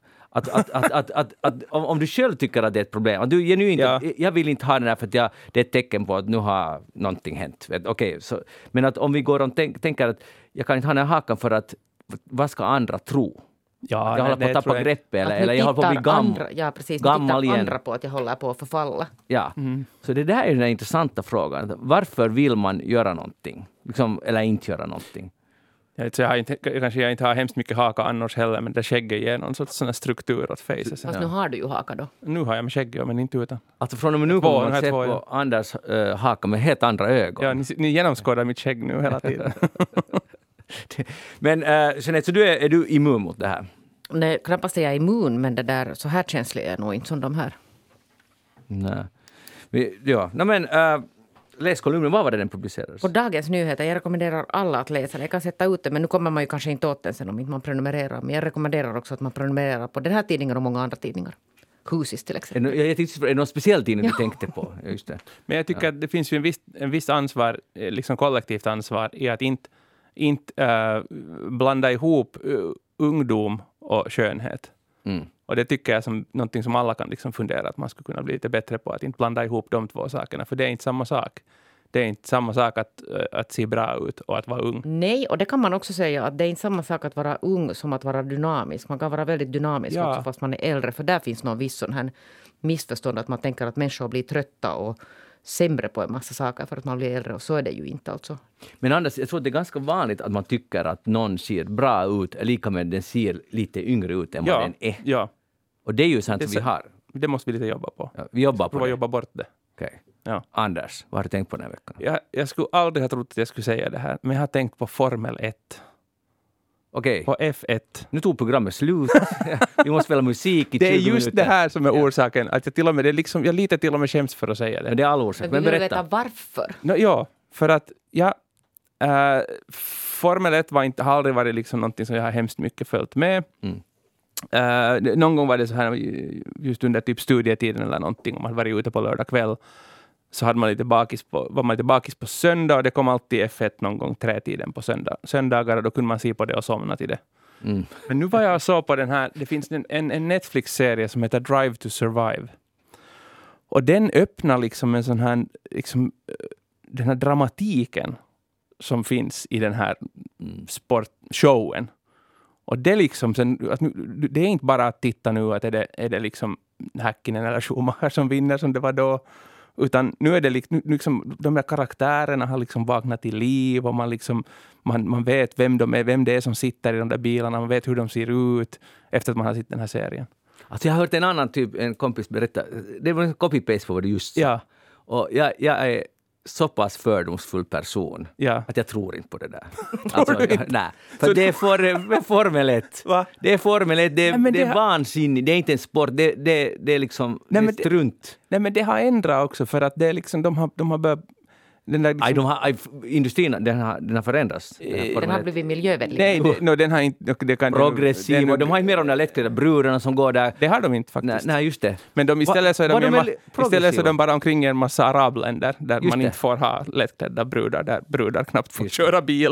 Om du själv tycker att det är ett problem, att du genuint, jag vill inte ha den här för att det är ett tecken på att nu har någonting hänt. Okay, så, men att om vi går och tänker att jag kan inte ha den här hakan för att vad ska andra tro? Ja, jag håller på att tappa grepp eller jag håller på att bli gammal igen. Andra på att jag håller på att förfalla. Ja, så det där är den intressanta frågan. Varför vill man göra någonting? Liksom, eller inte göra någonting? Kanske jag inte har hemskt mycket haka annars heller, men det skägget ger någon sorts sån här struktur åt facet. Fast nu har du ju haka då. Nu har jag med skägget, men inte utan. Alltså från och med nu kommer man se på Anders haka med helt andra ögon. Ja, ni genomskådar mitt skägg nu hela tiden. Men Jeanette, så är du immun mot det här? Nej, knappast är jag immun, men det där, så här känslig är jag nog inte som de här. Nej. Läs kolumnen, vad var det den publicerades? På Dagens Nyheter. Jag rekommenderar alla att läsa den. Jag kan sätta ut det, men nu kommer man ju kanske inte åt den sen om inte man prenumererar. Men jag rekommenderar också att man prenumererar på den här tidningen och många andra tidningar. Husis till exempel. Är det någon speciell tidning du tänkte på? Just det. Men jag tycker att det finns ju en viss ansvar, liksom kollektivt ansvar, i att inte blanda ihop ungdom och skönhet. Mm. Och det tycker jag som någonting som alla kan liksom fundera, att man skulle kunna bli lite bättre på, att inte blanda ihop de två sakerna, för det är inte samma sak. Det är inte samma sak att se bra ut och att vara ung. Nej, och det kan man också säga att det är inte samma sak att vara ung som att vara dynamisk. Man kan vara väldigt dynamisk också fast man är äldre, för där finns någon viss sån här missförstånd att man tänker att människor blir trötta och sämre på en massa saker för att man blir äldre, och så är det ju inte alltså. Men Anders, jag tror att det är ganska vanligt att man tycker att någon ser bra ut, lika med den ser lite yngre ut än vad den är. Ja. Och det är ju sant att vi har. Det måste vi lite jobba på. Ja, vi jobbar på det. Jobba bort det. Okej. Ja. Anders, vad har du tänkt på den här veckan? Jag skulle aldrig ha trott att jag skulle säga det här, men jag har tänkt på Formel 1. Okej. På F1. Nu tog programmet slut. Vi måste spela musik i 20 minuter. Det är just minuter. det här som är orsaken. Att jag till och med, det är liksom, jag lite till och med skäms för att säga det. Men det är all orsak. Men vill du veta varför? Ja, för att Formel 1 har aldrig varit liksom någonting som jag har hemskt mycket följt med. Mm. Någon gång var det så här just under typ studietiden eller någonting, om man hade varit ute på lördag kväll, så hade man var man lite bakis på söndag, och det kom alltid F1 någon gång 3-tiden på söndagar, och då kunde man se på det och somna till det. Mm. Men nu var jag så på den här, det finns en Netflix-serie som heter Drive to Survive, och den öppnar liksom en sån här liksom, den här dramatiken som finns i den här sportshowen. Och det är liksom det är inte bara att titta nu att är det liksom Häkkinen eller Schumacher som vinner som det var då, utan nu är det liksom de här karaktärerna har liksom vaknat till liv, och man vet vem det är som sitter i de där bilarna, man vet hur de ser ut efter att man har sett den här serien. Alltså jag har hört en kompis berätta, det var en copy-paste på vad du just sa. Ja. Och jag är så pass fördomsfull person att jag tror inte på det där. Nej, för det är Formel 1. Va? Det är Formel 1, det är vansinnigt, det är inte en sport, det är liksom strunt. Nej, men det har ändrat också, för att det är liksom, de har börjat industrin, den har förändrats. Den har blivit miljövänlig. Nej, den har inte... Progressiv, och de har inte mer de där lättklädda brudarna som går där. Det har de inte faktiskt. Nej, just det. Men istället så är de bara omkring en massa arabländer där just man inte får ha lättklädda brudar, där brudar knappt får köra bil.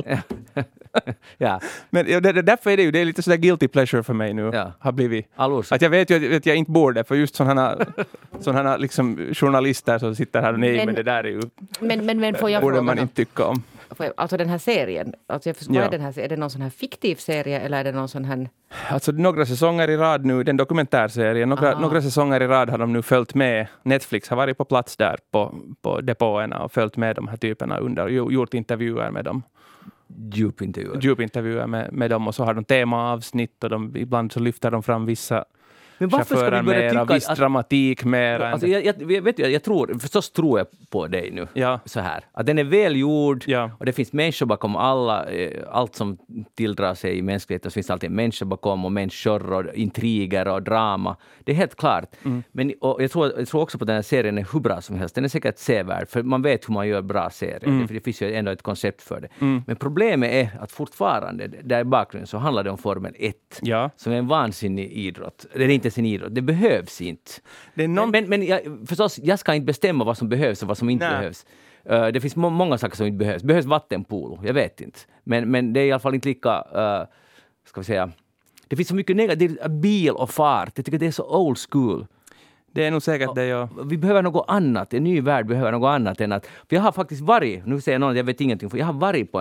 Ja. Men därför är det är lite sådär guilty pleasure för mig nu. Ja. Har blivit. Att jag vet ju att jag inte borde, för just sådana liksom journalister som sitter här och men det där är ju... Men får jag borde man inte tycka om. Alltså den här serien, alltså vad är den här, är det någon sån här fiktiv serie eller är det någon sån här... Alltså några säsonger i rad nu, den dokumentärserien, några säsonger i rad har de nu följt med. Netflix har varit på plats där på depåerna och följt med de här typerna gjort intervjuer med dem. Djupintervjuer med dem, och så har de temaavsnitt, och ibland så lyfter de fram vissa chaufförer mera, viss dramatik mera. Alltså jag tror jag på dig nu. Ja. Så här. Att den är välgjord, och det finns människor bakom allt som tilldrar sig i mänskligheten. Så finns alltid en människa bakom, och människor och intriger och drama. Det är helt klart. Mm. Men jag tror också på den här serien är hur bra som helst. Den är säkert sevärd, för man vet hur man gör bra serier. Mm. Det finns ju ändå ett koncept för det. Mm. Men problemet är att fortfarande, där i bakgrunden så handlar det om Formel 1. Ja. Som är en vansinnig idrott. Det är inte sin idrott. Det behövs inte. Men förstås, jag ska inte bestämma vad som behövs och vad som inte behövs. Det finns många saker som inte behövs. Behövs vattenpolo? Jag vet inte. Men det är i alla fall inte lika, ska vi säga, det finns så mycket negativt, bil och fart. Jag tycker det är så old school. Det är nog säkert det, ja. Vi behöver något annat. En ny värld behöver något annat än att... För jag har faktiskt varit... Nu säger någon att jag vet ingenting. För jag har varit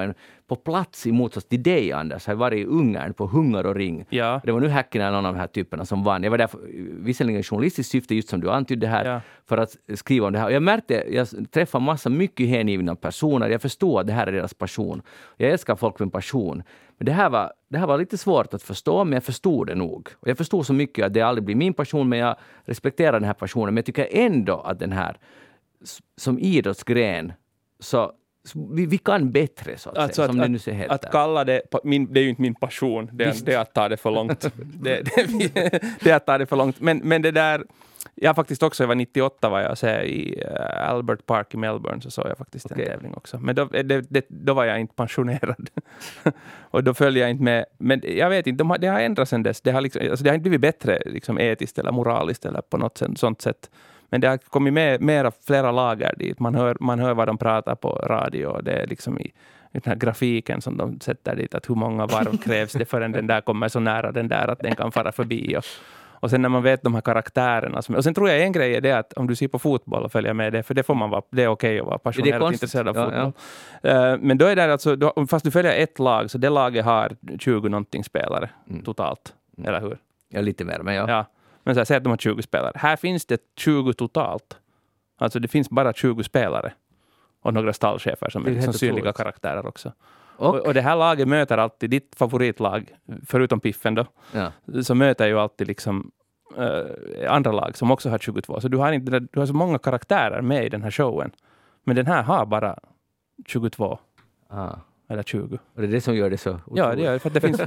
på plats i motsats till dig, Anders, har varit i Ungern på Hunger och ring. Ja. Det var nu Häkkinen, någon av de här typerna som vann. Jag var där visserligen journalistiskt syfte, just som du antydde här, för att skriva om det här. Och jag träffade mycket hängivna personer. Jag förstod att det här är deras passion. Jag älskar folk med passion. Men det här var lite svårt att förstå, men jag förstod det nog. Och jag förstod så mycket att det aldrig blir min passion, men jag respekterar den här passionen. Men jag tycker ändå att den här, som idrottsgren, så vi kan bättre, så att säga, som det nu ser helt. Att kalla det, det är ju inte min passion, det är att ta det för långt. det är att ta det för långt. Men det där, jag faktiskt också, jag var 98 var jag säger, i Albert Park i Melbourne, så såg jag faktiskt en tävling också. Men då var jag inte pensionerad. Och då följde jag inte med. Men jag vet inte, det har ändrats sedan dess. Det har inte blivit bättre liksom, etiskt eller moraliskt eller på något sånt sätt. Men det har kommit med flera lager dit. Man hör vad de pratar på radio. Och det är liksom i den här grafiken som de sätter dit. Att hur många varv krävs det förrän den där kommer så nära den där att den kan fara förbi. Och sen när man vet de här karaktärerna. Och sen tror jag en grej är det att om du ser på fotboll och följer med det. För det får man vara, det är okej att vara passionerat intresserad av fotboll. Ja. Men då är det alltså, fast du följer ett lag, så det laget har 20-någonting spelare totalt. Eller hur? Ja, lite mer, men ja. Men så här, säg att de har 20 spelare. Här finns det 20 totalt. Alltså det finns bara 20 spelare. Och några stallchefer som är liksom synliga karaktärer också. Och det här laget möter alltid ditt favoritlag, förutom Piffen då. Ja. Så möter ju alltid liksom andra lag som också har 22. Så du har så många karaktärer med i den här showen. Men den här har bara 22. Eller 20. Och det är det som gör det så otroligt. Ja, det gör det, för att det finns...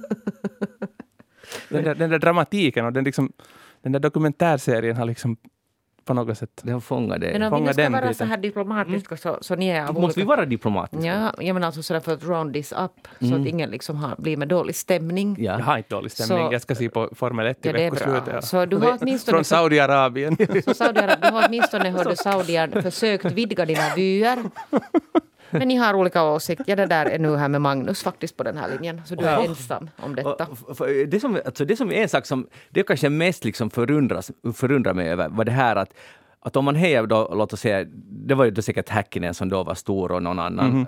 Den där dramatiken och den där dokumentärserien har liksom på något sätt. Det har fångat det. Men om vi nu ska vara så här diplomatiska så ni är... Måste vi vara diplomatiska? Ja, jag menar alltså sådär för att round this up så att ingen liksom blir med dålig stämning. Ja. Jag har inte dålig stämning. Jag ska se på Formel 1 i veckoslutet. Så du har åtminstone... Från Saudiarabien. Du har åtminstone hört Saudien försökt vidga dina vyer. Men ni har olika åsikter. Ja, det där är nu här med Magnus faktiskt på den här linjen. Så du är ensam om detta. Det som är en sak som det kanske mest liksom förundrar mig över var det här att om man hejar då, låt oss säga, det var ju då säkert Häkkinen som då var stor och någon annan.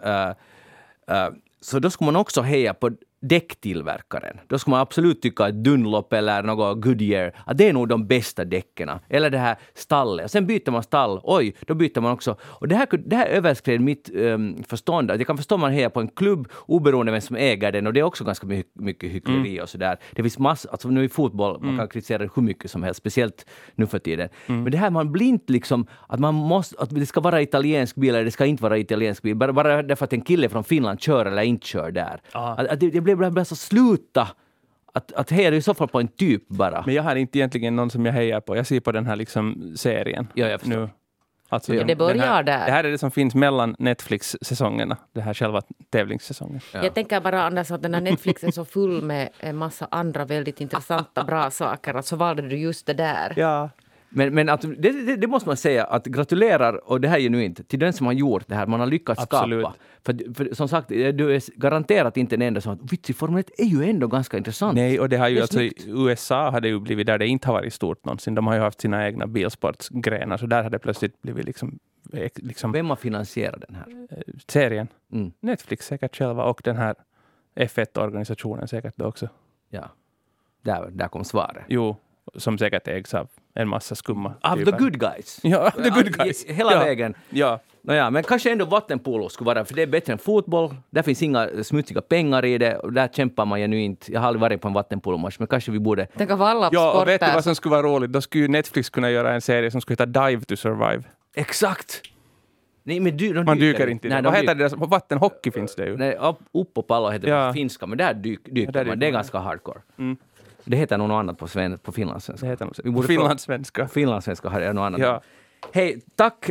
Så då ska man också heja på däcktillverkaren. Då ska man absolut tycka att Dunlop eller något Goodyear, att det är nog de bästa däckerna. Eller det här stallet. Sen byter man stall. Då byter man också. Och det här överskred mitt förstånd. Jag kan förstå man hejar på en klubb oberoende vem som äger den. Och det är också ganska mycket hyckleri och sådär. Det finns alltså nu i fotboll, man kan kritisera hur mycket som helst. Speciellt nu för tiden. Men det här man blint liksom, att det ska vara italiensk bil eller det ska inte vara italiensk bil. Bara därför att en kille från Finland kör eller inte kör där. Att det blir så sluta att heja i så fall på en typ bara. Men jag har inte egentligen någon som jag hejar på. Jag ser på den här liksom serien. Ja, jag förstår. Nu. Alltså det börjar där. Det här är det som finns mellan Netflix-säsongerna. Det här själva tävlingssäsongen. Ja. Jag tänker bara, Anders, att den här Netflix är så full med en massa andra väldigt intressanta, bra saker. Att så valde du just det där. Ja. Men att, det måste man säga att gratulerar, och det här är ju inte till den som har gjort det här, man har lyckats skapa. För som sagt, du är garanterat inte en enda som att vitsi, Formel 1 är ju ändå ganska intressant. Nej, och det har ju alltså, USA hade ju blivit där det inte har varit stort någonsin. De har ju haft sina egna bilsportsgrenar, så där hade det plötsligt blivit liksom... Vem har finansierat den här? Serien. Netflix säkert själva och den här F1-organisationen säkert då också. Ja, där kom svaret. Jo, som säkert ägs av en massa skumma Av typer. the good guys. Ja, the good guys. Hela vägen. Ja. Nåja, men kanske ändå vattenpolo skulle vara, för det är bättre än fotboll. Där finns inga smutsiga pengar i det. Och där kämpar man ju nu inte. Jag har aldrig varit på en vattenpolomatch, men kanske vi borde... Tänk av alla ja, sporter. och vet du vad som skulle vara roligt? Då skulle Netflix kunna göra en serie som skulle heta Dive to Survive. Exakt! Nej, men man dyker inte i det. Vad heter det? På vattenhockey finns det ju. Nej, upp på pallo heter det på finska, men där dyker man. Det är ganska hardcore. Det heter något annat på finlandssvenska. Det heter något. Finlandssvenska. Finlandssvenska har jag något annat. Ja. Hej, tack.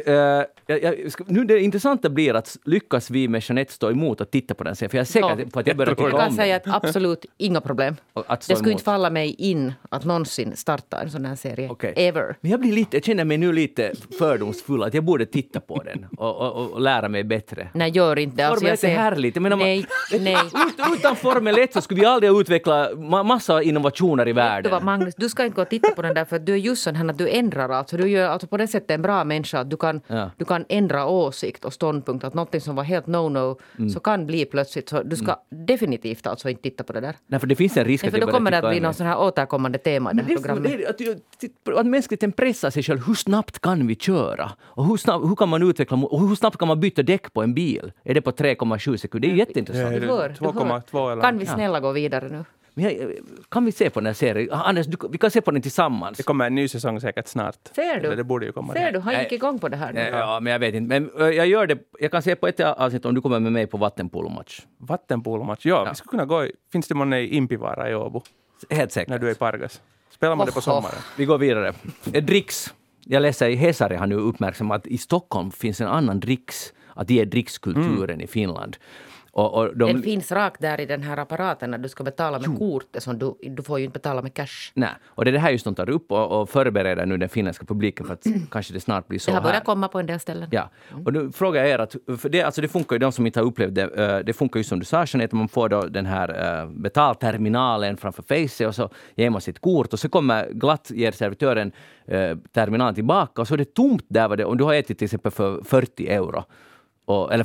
Nu det intressanta blir att lyckas vi med Jeanette stå emot och titta på den sen. För jag är säker på att jag börjar tycka om den. Jag kan säga att absolut inga problem. Det skulle emot. inte falla mig in att någonsin starta en sån här serie. Okay. Ever. Men jag känner mig nu lite fördomsfull att jag borde titta på den och lära mig bättre. Nej, gör inte. Formel 1 är härligt. Jag menar, nej. Utan Formel 1 så skulle vi aldrig utveckla massa innovationer i världen. Magnus, du ska inte gå och titta på den där för att du är just sån här att du ändrar allt. Så du gör alltså på det sättet en bra människa. Att du kan ändra åsikt och ståndpunkt. Att något som var helt no-no så kan bli plötsligt. Så du ska definitivt alltså inte titta på det där. Nej, för det finns en risk för då kommer det att bli någon sån här återkommande tema i det här programmet. Att mänskligheten pressar sig själv. Hur snabbt kan vi köra? Och hur kan man utveckla? Och hur snabbt kan man byta däck på en bil? Är det på 3,7 sekunder? Det är jätteintressant. 2,2 eller... Kan vi snälla gå vidare nu? Kan vi se på den här serien? Anders, vi kan se på den tillsammans. Det kommer en ny säsong säkert snart. Ser du? Det borde ju komma. Ser du? Han gick igång på det här. Ja, men jag vet inte. Men jag gör det. Jag kan se på ett avsnitt om du kommer med mig på vattenpolomatch. Vattenpolomatch? Ja, vi skulle kunna gå. Finns det månne i Impivaara i Åbo? Helt säkert. När du är i Pargas. Spelar man det på sommaren? Vi går vidare. Dricks. Jag läser i Hesari har nu uppmärksammat att i Stockholm finns en annan dricks. Att det är drickskulturen i Finland. Den finns rakt där i den här apparaten när du ska betala med kortet. Som du får ju inte betala med cash. Nej, och det är det här just de tar upp och förbereder nu den finländska publiken för att kanske det snart blir så här. Det har börjat komma på en del ställen. Ja, och nu frågar jag er att för det funkar ju, de som inte har upplevt det, det funkar ju som du sa, Jeanette, man får då den här betalterminalen framför face och så ger man sitt kort och så kommer glatt ger servitören terminalen tillbaka och så är det tomt där om du har ätit till exempel för 40 euro. Eller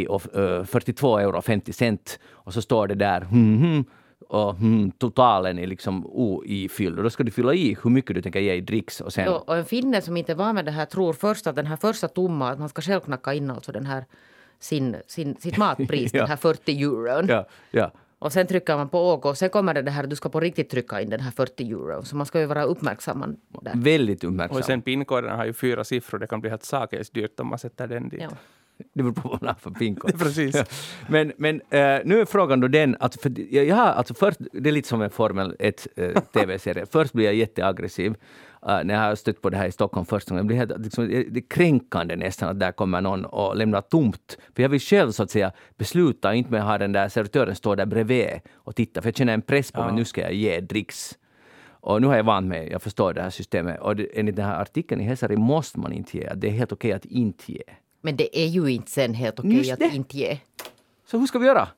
42 euro 50 cent och så står det där och totalen är liksom oifylld och då ska du fylla i hur mycket du tänker ge i dricks och sen... Och en finne som inte var med det här tror först att den här första tomma att man ska själv knacka in alltså den här sitt matpris, den här 40 euron. Ja. Och sen trycker man på OK och sen kommer det här, du ska på riktigt trycka in den här 40 euro. Så man ska ju vara uppmärksam där. Väldigt uppmärksam. Och sen pinkoden har ju 4 siffror, det kan bli helt sakelsdyrt om man sätter den dit. Ja. Det beror på vad man har för pinkod. Precis. Ja. Men nu är frågan då den att först, det är lite som en Formel 1 tv-serie. Först blir jag jätteaggressiv när jag har stött på det här i Stockholm första gången. Det är kränkande nästan att där kommer någon och lämnar tomt. För jag vill själv så att säga besluta, inte med att ha den där servitören står där bredvid och titta. För jag känner en press på mig, nu ska jag ge dricks. Och nu har jag vant mig, jag förstår det här systemet. Och enligt den här artikeln i Hesari måste man inte ge. Det är helt okej att inte ge. Men det är ju inte sen helt okej att inte ge. Så hur ska vi göra?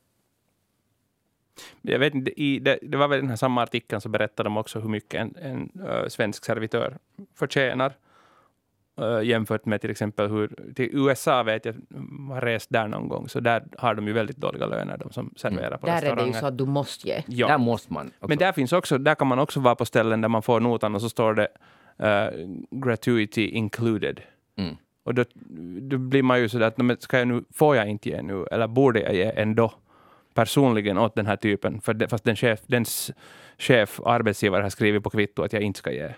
Jag vet inte, det var väl den här samma artikeln så berättade de också hur mycket en svensk servitör förtjänar. Jämfört med till exempel till USA vet jag har rest där någon gång. Så där har de ju väldigt dåliga löner, de som serverar på restauranger. Där är det ju så att du måste ge. Ja. Där måste man också. Men där kan man också vara på ställen där man får notan och så står det gratuity included. Och då blir man ju sådär att får jag inte ge nu eller borde jag ge ändå personligen åt den här typen fast dens chef arbetsgivare har skrivit på kvitto att jag inte ska ge.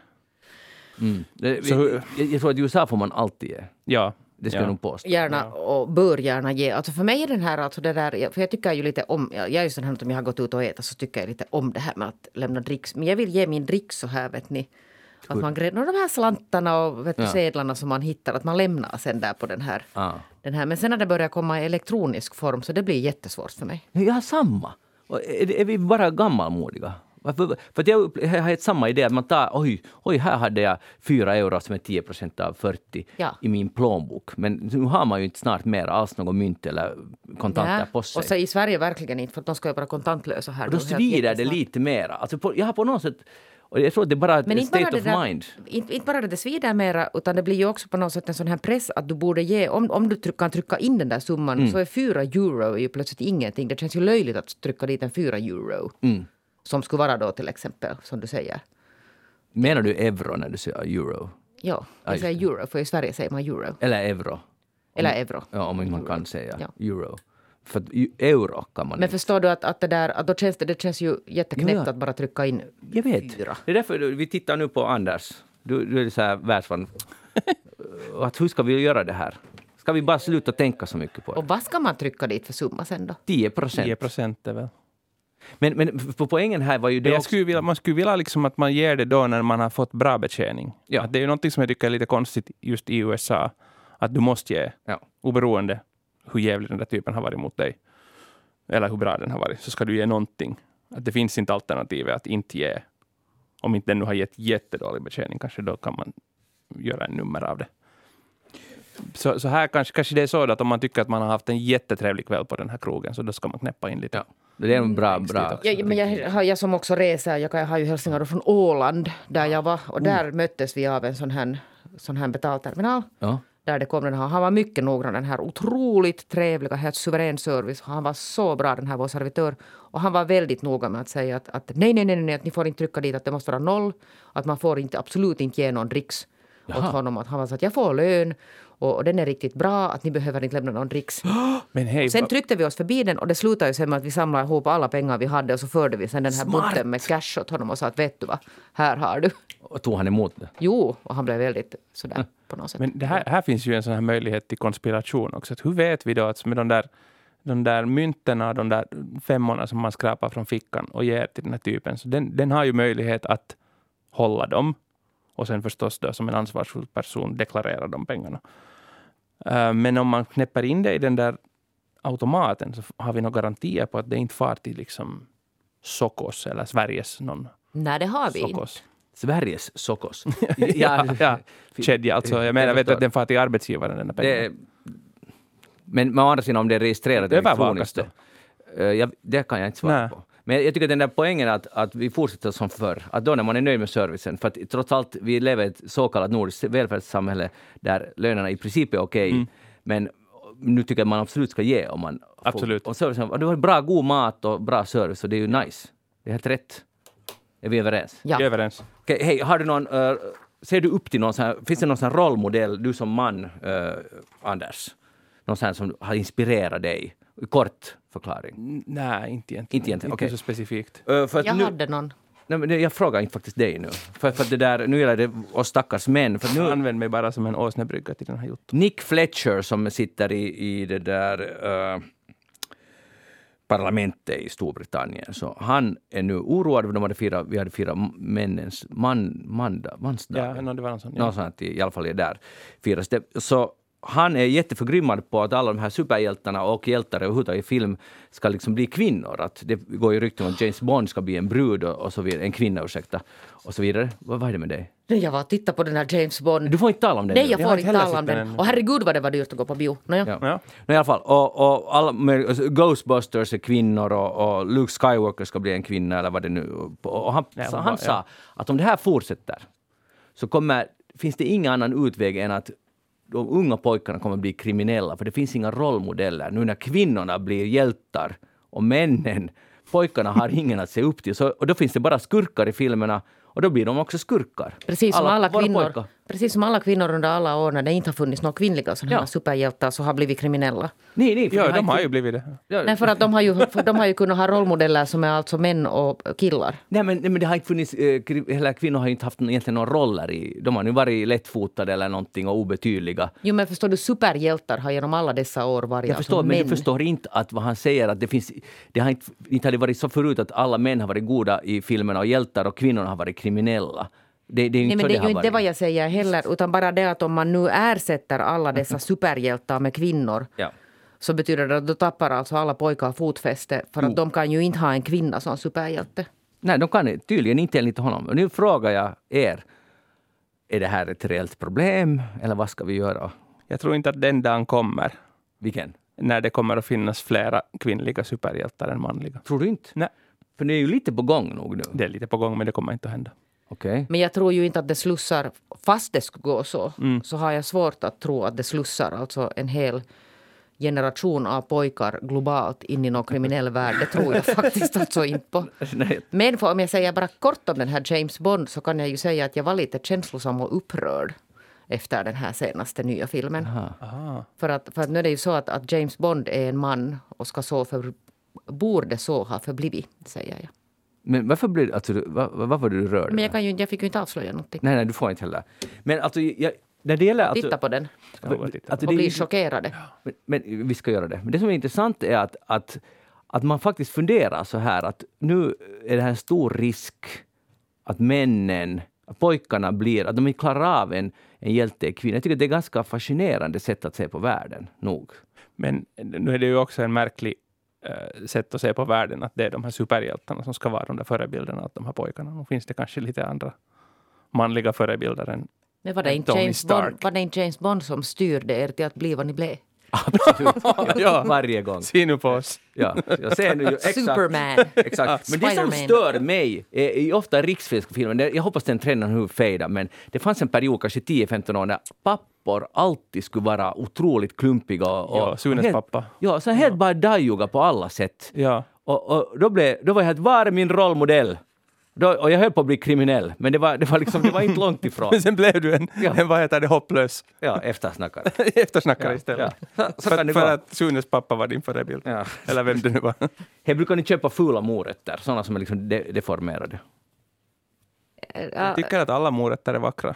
Jag tror att i USA får man alltid ge. Ja. Det ska jag nog påstå. Gärna och bör gärna ge. Alltså för mig är den här, alltså det där, för jag tycker ju lite om, jag är ju sån här att om jag har gått ut och äta så tycker jag lite om det här med att lämna dricks. Men jag vill ge min dricks så här, vet ni. Att man gräddar de här slantarna och sedlarna som man hittar, att man lämnar sen där på den här. Men sen när det börjar komma i elektronisk form så det blir jättesvårt för mig. Jag har samma. Är vi bara gammalmodiga? För att jag har ett samma idé att man tar, oj, här hade jag 4 euro som är 10% av 40 i min plånbok. Men nu har man ju inte snart mer alls någon mynt eller kontanter på sig. Och så i Sverige verkligen inte, för att de ska ju vara kontantlösa här. Och då svider det lite mera. Alltså jag har på något sätt, och jag tror att det är bara ett state of mind. Inte bara det svider mera, utan det blir ju också på något sätt en sån här press att du borde ge, om du kan trycka in den där summan så är 4 euro ju plötsligt ingenting. Det känns ju löjligt att trycka dit en 4 euro. Som skulle vara då till exempel, som du säger. Menar du euro när du säger euro? Ja, jag säger euro, för i Sverige säger man euro. Eller euro. Eller euro. Ja, om man kan säga euro. För euro kan man. Men förstår du att det där, att då det känns ju jätteknäppt att bara trycka in 4. Jag vet. Det är därför vi tittar nu på Anders. Du är så här världsvan. Att hur ska vi göra det här? Ska vi bara sluta tänka så mycket på det? Och vad ska man trycka dit för summa sen då? 10%. 10% är väl. Men på poängen här var ju det man skulle vilja liksom att man ger det då när man har fått bra betjäning. Ja. Att det är ju någonting som jag tycker är lite konstigt just i USA. Att du måste ge, oberoende hur jävlig den där typen har varit mot dig. Eller hur bra den har varit. Så ska du ge någonting. Att det finns inte alternativet att inte ge. Om inte den nu har gett jättedålig betjäning kanske då kan man göra en nummer av det. Så här kanske det är så att om man tycker att man har haft en jättetrevlig kväll på den här krogen så då ska man knäppa in lite. Ja. Det är en bra. Men jag som också reser, jag har ju hälsningar från Åland där jag var och där möttes vi av en sån här sån här betalterminal. Ja. Där det kom den här, han var mycket noggrann, den här otroligt trevliga, helt suverän service. Han var så bra, den här vår servitör. Och han var väldigt noga med att säga att nej, att ni får inte trycka dit, att det måste vara 0. Att man får inte, absolut inte ge någon dricks åt honom. Att han var så att jag får lön och den är riktigt bra, att ni behöver inte lämna någon dricks. Men hej, Sen tryckte vi oss förbi den och det slutade ju sen med att vi samlade ihop alla pengar vi hade och så förde vi sen den här bunten med cash åt honom och sa att vet du vad, här har du. Och tog han emot det? Jo, och han blev väldigt sådär på något sätt. Men det här finns ju en sån här möjlighet till konspiration också. Att hur vet vi då att med de där mynterna, de där 5:orna som man skrapar från fickan och ger till den här typen, så den har ju möjlighet att hålla dem och sen förstås då som en ansvarsfull person deklarera de pengarna. Men om man knäpper in det i den där automaten så har vi några garantier på att det inte far till liksom Sokos eller Sveriges någon. Nej, det har vi inte. Sveriges Sokos. Ja. Kedja alltså. Jag menar, vet att den far till arbetsgivaren den här pengarna. Men å andra sidan om det är registrerat övervakas det. Det kan jag inte svara på. Men jag tycker att den där poängen att vi fortsätter som förr. Att då när man är nöjd med servicen. För att trots allt, vi lever i ett så kallat nordiskt välfärdssamhälle där lönerna i princip är okej. Men nu tycker jag att man absolut ska ge om man absolut. får servicen. Du har bra, god mat och bra service och det är ju nice. Det är helt rätt. Är vi överens? Ja. Vi är överens. Okay, hej, har du någon... ser du upp till någon sån här... Finns det någon sån här rollmodell, du som man, Anders? Någon sån här som har inspirerat dig? Kort förklaring. Nej, inte egentligen. Inte så specifikt. För jag hade någon. Nej, men jag frågar inte faktiskt dig nu. För att det där, nu gäller det oss stackars män. För nu använder mig bara som en åsnebrygga till den här jotton. Nick Fletcher som sitter i det där parlamentet i Storbritannien. Så han är nu oroad. Vi hade firat männens mansdag. Ja, det var någon sån. Någon sån att i alla fall är där firas det. Så han är jätteförgrymmad på att alla de här superhjältarna och hjältar överhuvudtaget i film ska liksom bli kvinnor. Att det går ju rykten om att James Bond ska bli en brud och så vidare. En kvinna, ursäkta. Och så vidare. Vad är det med dig? Jag var och tittade på den här James Bond. Du får inte tala om den. Nej, jag får inte tala om den. Och herregud vad det var dyrt att gå på bio. Ja. I alla fall. Och alla, Ghostbusters är kvinnor och Luke Skywalker ska bli en kvinna eller vad det nu. Och han sa att om det här fortsätter så finns det ingen annan utväg än att de unga pojkarna kommer att bli kriminella, för det finns inga rollmodeller. Nu när kvinnorna blir hjältar och pojkarna har ingen att se upp till. Och då finns det bara skurkar i filmerna och då blir de också skurkar. Precis som alla kvinnor under alla år när det inte har funnits några kvinnliga sådana superhjältar så har blivit kriminella. Nej, de har ju blivit det. Nej, för att de har ju kunnat ha rollmodeller som är alltså män och killar. Nej, men det har inte funnits, kvinnor har ju inte haft egentligen några roller i. De har nu varit lättfotade eller någonting och obetydliga. Jo, men förstår du, superhjältar har genom alla dessa år varit jag förstår, men du förstår inte att vad han säger att det har inte hade varit så förut att alla män har varit goda i filmerna och hjältar och kvinnorna har varit kriminella. Det är Nej, men det är ju inte vad jag säger heller, utan bara det att om man nu ersätter alla dessa superhjältar med kvinnor så betyder det att då tappar alltså alla pojkar fotfäste för att de kan ju inte ha en kvinna som superhjälte. Nej, de kan tydligen inte enligt honom. Och nu frågar jag er, är det här ett reellt problem eller vad ska vi göra? Jag tror inte att den dagen kommer. Vilken? När det kommer att finnas flera kvinnliga superhjältar än manliga. Tror du inte? Nej. För det är ju lite på gång nog nu. Det är lite på gång, men det kommer inte att hända. Okay. Men jag tror ju inte att det slussar, fast det skulle gå så har jag svårt att tro att det slussar alltså en hel generation av pojkar globalt in i någon kriminell värld. Det tror jag faktiskt alltså inte på. Men om jag säger bara kort om den här James Bond så kan jag ju säga att jag var lite känslosam och upprörd efter den här senaste nya filmen. För att nu är det ju så att James Bond är en man och ska borde så ha förblivit, säger jag. Men varför var du rörd? Men jag fick ju inte avslöja någonting. Nej, du får inte heller. Men alltså, när det gäller... Alltså, titta på den. Alltså, och bli chockerade. Men vi ska göra det. Men det som är intressant är att man faktiskt funderar så här att nu är det här en stor risk att pojkarna att de inte klarar av en hjältekvinna. Jag tycker att det är ett ganska fascinerande sätt att se på världen, nog. Men nu är det ju också en märklig sätt att se på världen att det är de här superhjältarna som ska vara de där förebilderna åt de här pojkarna. Nu finns det kanske lite andra manliga förebilder än men var det inte James Bond som styrde er till att bli vad ni blev? Absolut. Ja. Varje gång. Se nu på oss. Ja, jag ser nu ju exakt. Superman. Exakt. Men det som stör mig är ofta riksfilmska filmer. Jag hoppas den trenden nu fejdar, men det fanns en period, kanske 10-15 år, när pappor alltid skulle vara otroligt klumpiga. Ja, Sunes pappa. Ja, så helt bara dajuga på alla sätt. Ja. Och då var jag helt, var är min rollmodell? Och jag höll på att bli kriminell, men det var inte långt ifrån. Men sen blev du en vad heter det, hopplös eftersnackare. eftersnackare istället. Ja. Så kan det för gå. att Sunes pappa var din förebild. Ja. Eller vem det nu var. Här brukar ni köpa fula morötter, sådana som är liksom deformerade. Jag tycker att alla morötter är vackra.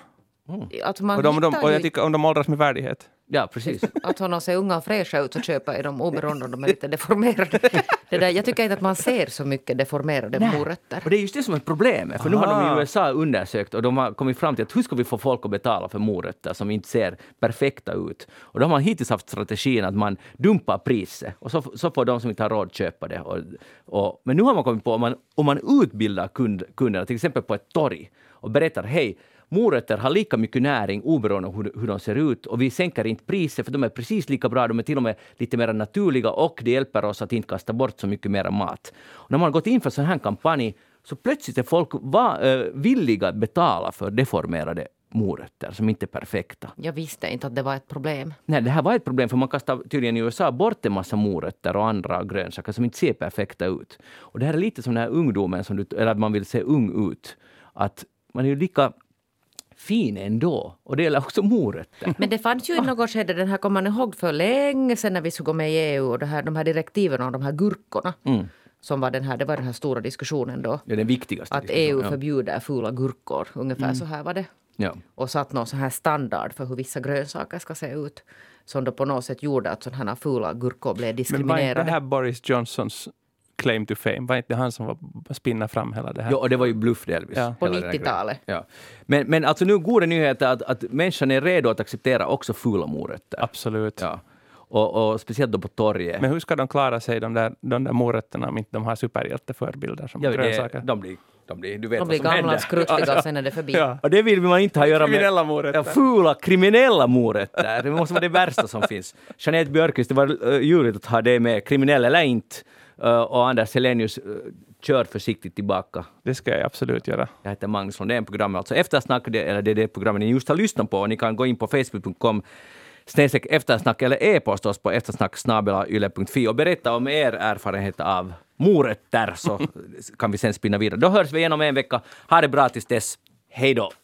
Att man Och jag tycker om de åldras med värdighet. Ja, precis. Att de ser unga och fräscha ut så köper de oberoende om de är lite deformerade. Jag tycker inte att man ser så mycket deformerade morötter. Och det är just det som är problemet. För nu har de i USA undersökt och de har kommit fram till att hur ska vi få folk att betala för morötter som inte ser perfekta ut. Och de har hittills haft strategin att man dumpar priset och så får de som inte har råd köpa det. Men nu har man kommit på om man utbildar kunderna till exempel på ett torg och berättar hej, morötter har lika mycket näring oberoende av hur de ser ut och vi sänker inte priset för de är precis lika bra, de är till och med lite mer naturliga och det hjälper oss att inte kasta bort så mycket mer mat. Och när man har gått in för sån här kampanj så plötsligt är folk villiga att betala för deformerade morötter som inte är perfekta. Jag visste inte att det var ett problem. Nej, det här var ett problem för man kastar tydligen i USA bort en massa morötter och andra grönsaker som inte ser perfekta ut. Och det här är lite som den här ungdomen eller att man vill se ung ut. Att man är ju lika fin ändå. Och det gäller också morötter. Men det fanns ju i något skede, den här kommer man ihåg för länge sedan när vi skulle gå med i EU och de här direktiven om de här gurkorna. Som var det var den här stora diskussionen då. Ja, den viktigaste att EU förbjuder fula gurkor. Ungefär så här var det. Ja. Och satt någon sån här standard för hur vissa grönsaker ska se ut. Som då på något sätt gjorde att sådana här fula gurkor blev diskriminerade. Men var det här Boris Johnsons claim to fame? Var inte han som var spinna fram hela det här? Ja, och det var ju bluff delvis. Ja. På 90-talet. Ja. Men alltså nu goda nyheter att människan är redo att acceptera också fula morötter. Absolut. Ja. Och speciellt då på torget. Men hur ska de klara sig, de där morötterna, om inte de har superhjälteförebilder som grönsaker? De blir, du vet vad som gamla händer. skruttiga och sen är det förbi. Ja. Och det vill man inte ha att göra med Kriminella morötter. fula kriminella morötter. Det måste vara det värsta som finns. Jeanette Björkqvist, det var djurigt att ha det med kriminell eller inte. Och Anders Helenius, kör försiktigt tillbaka. Det ska jag absolut göra. Jag heter Magnus Lundén, programmet alltså Eftersnack, eller det är det programmet ni just har lyssnat på. Och ni kan gå in på facebook.com/eftersnack eller e-post oss på eftersnack@yle.fi och berätta om er erfarenhet av morötter så kan vi sen spinna vidare. Då hörs vi igen om en vecka. Ha det bra tills dess. Hej då!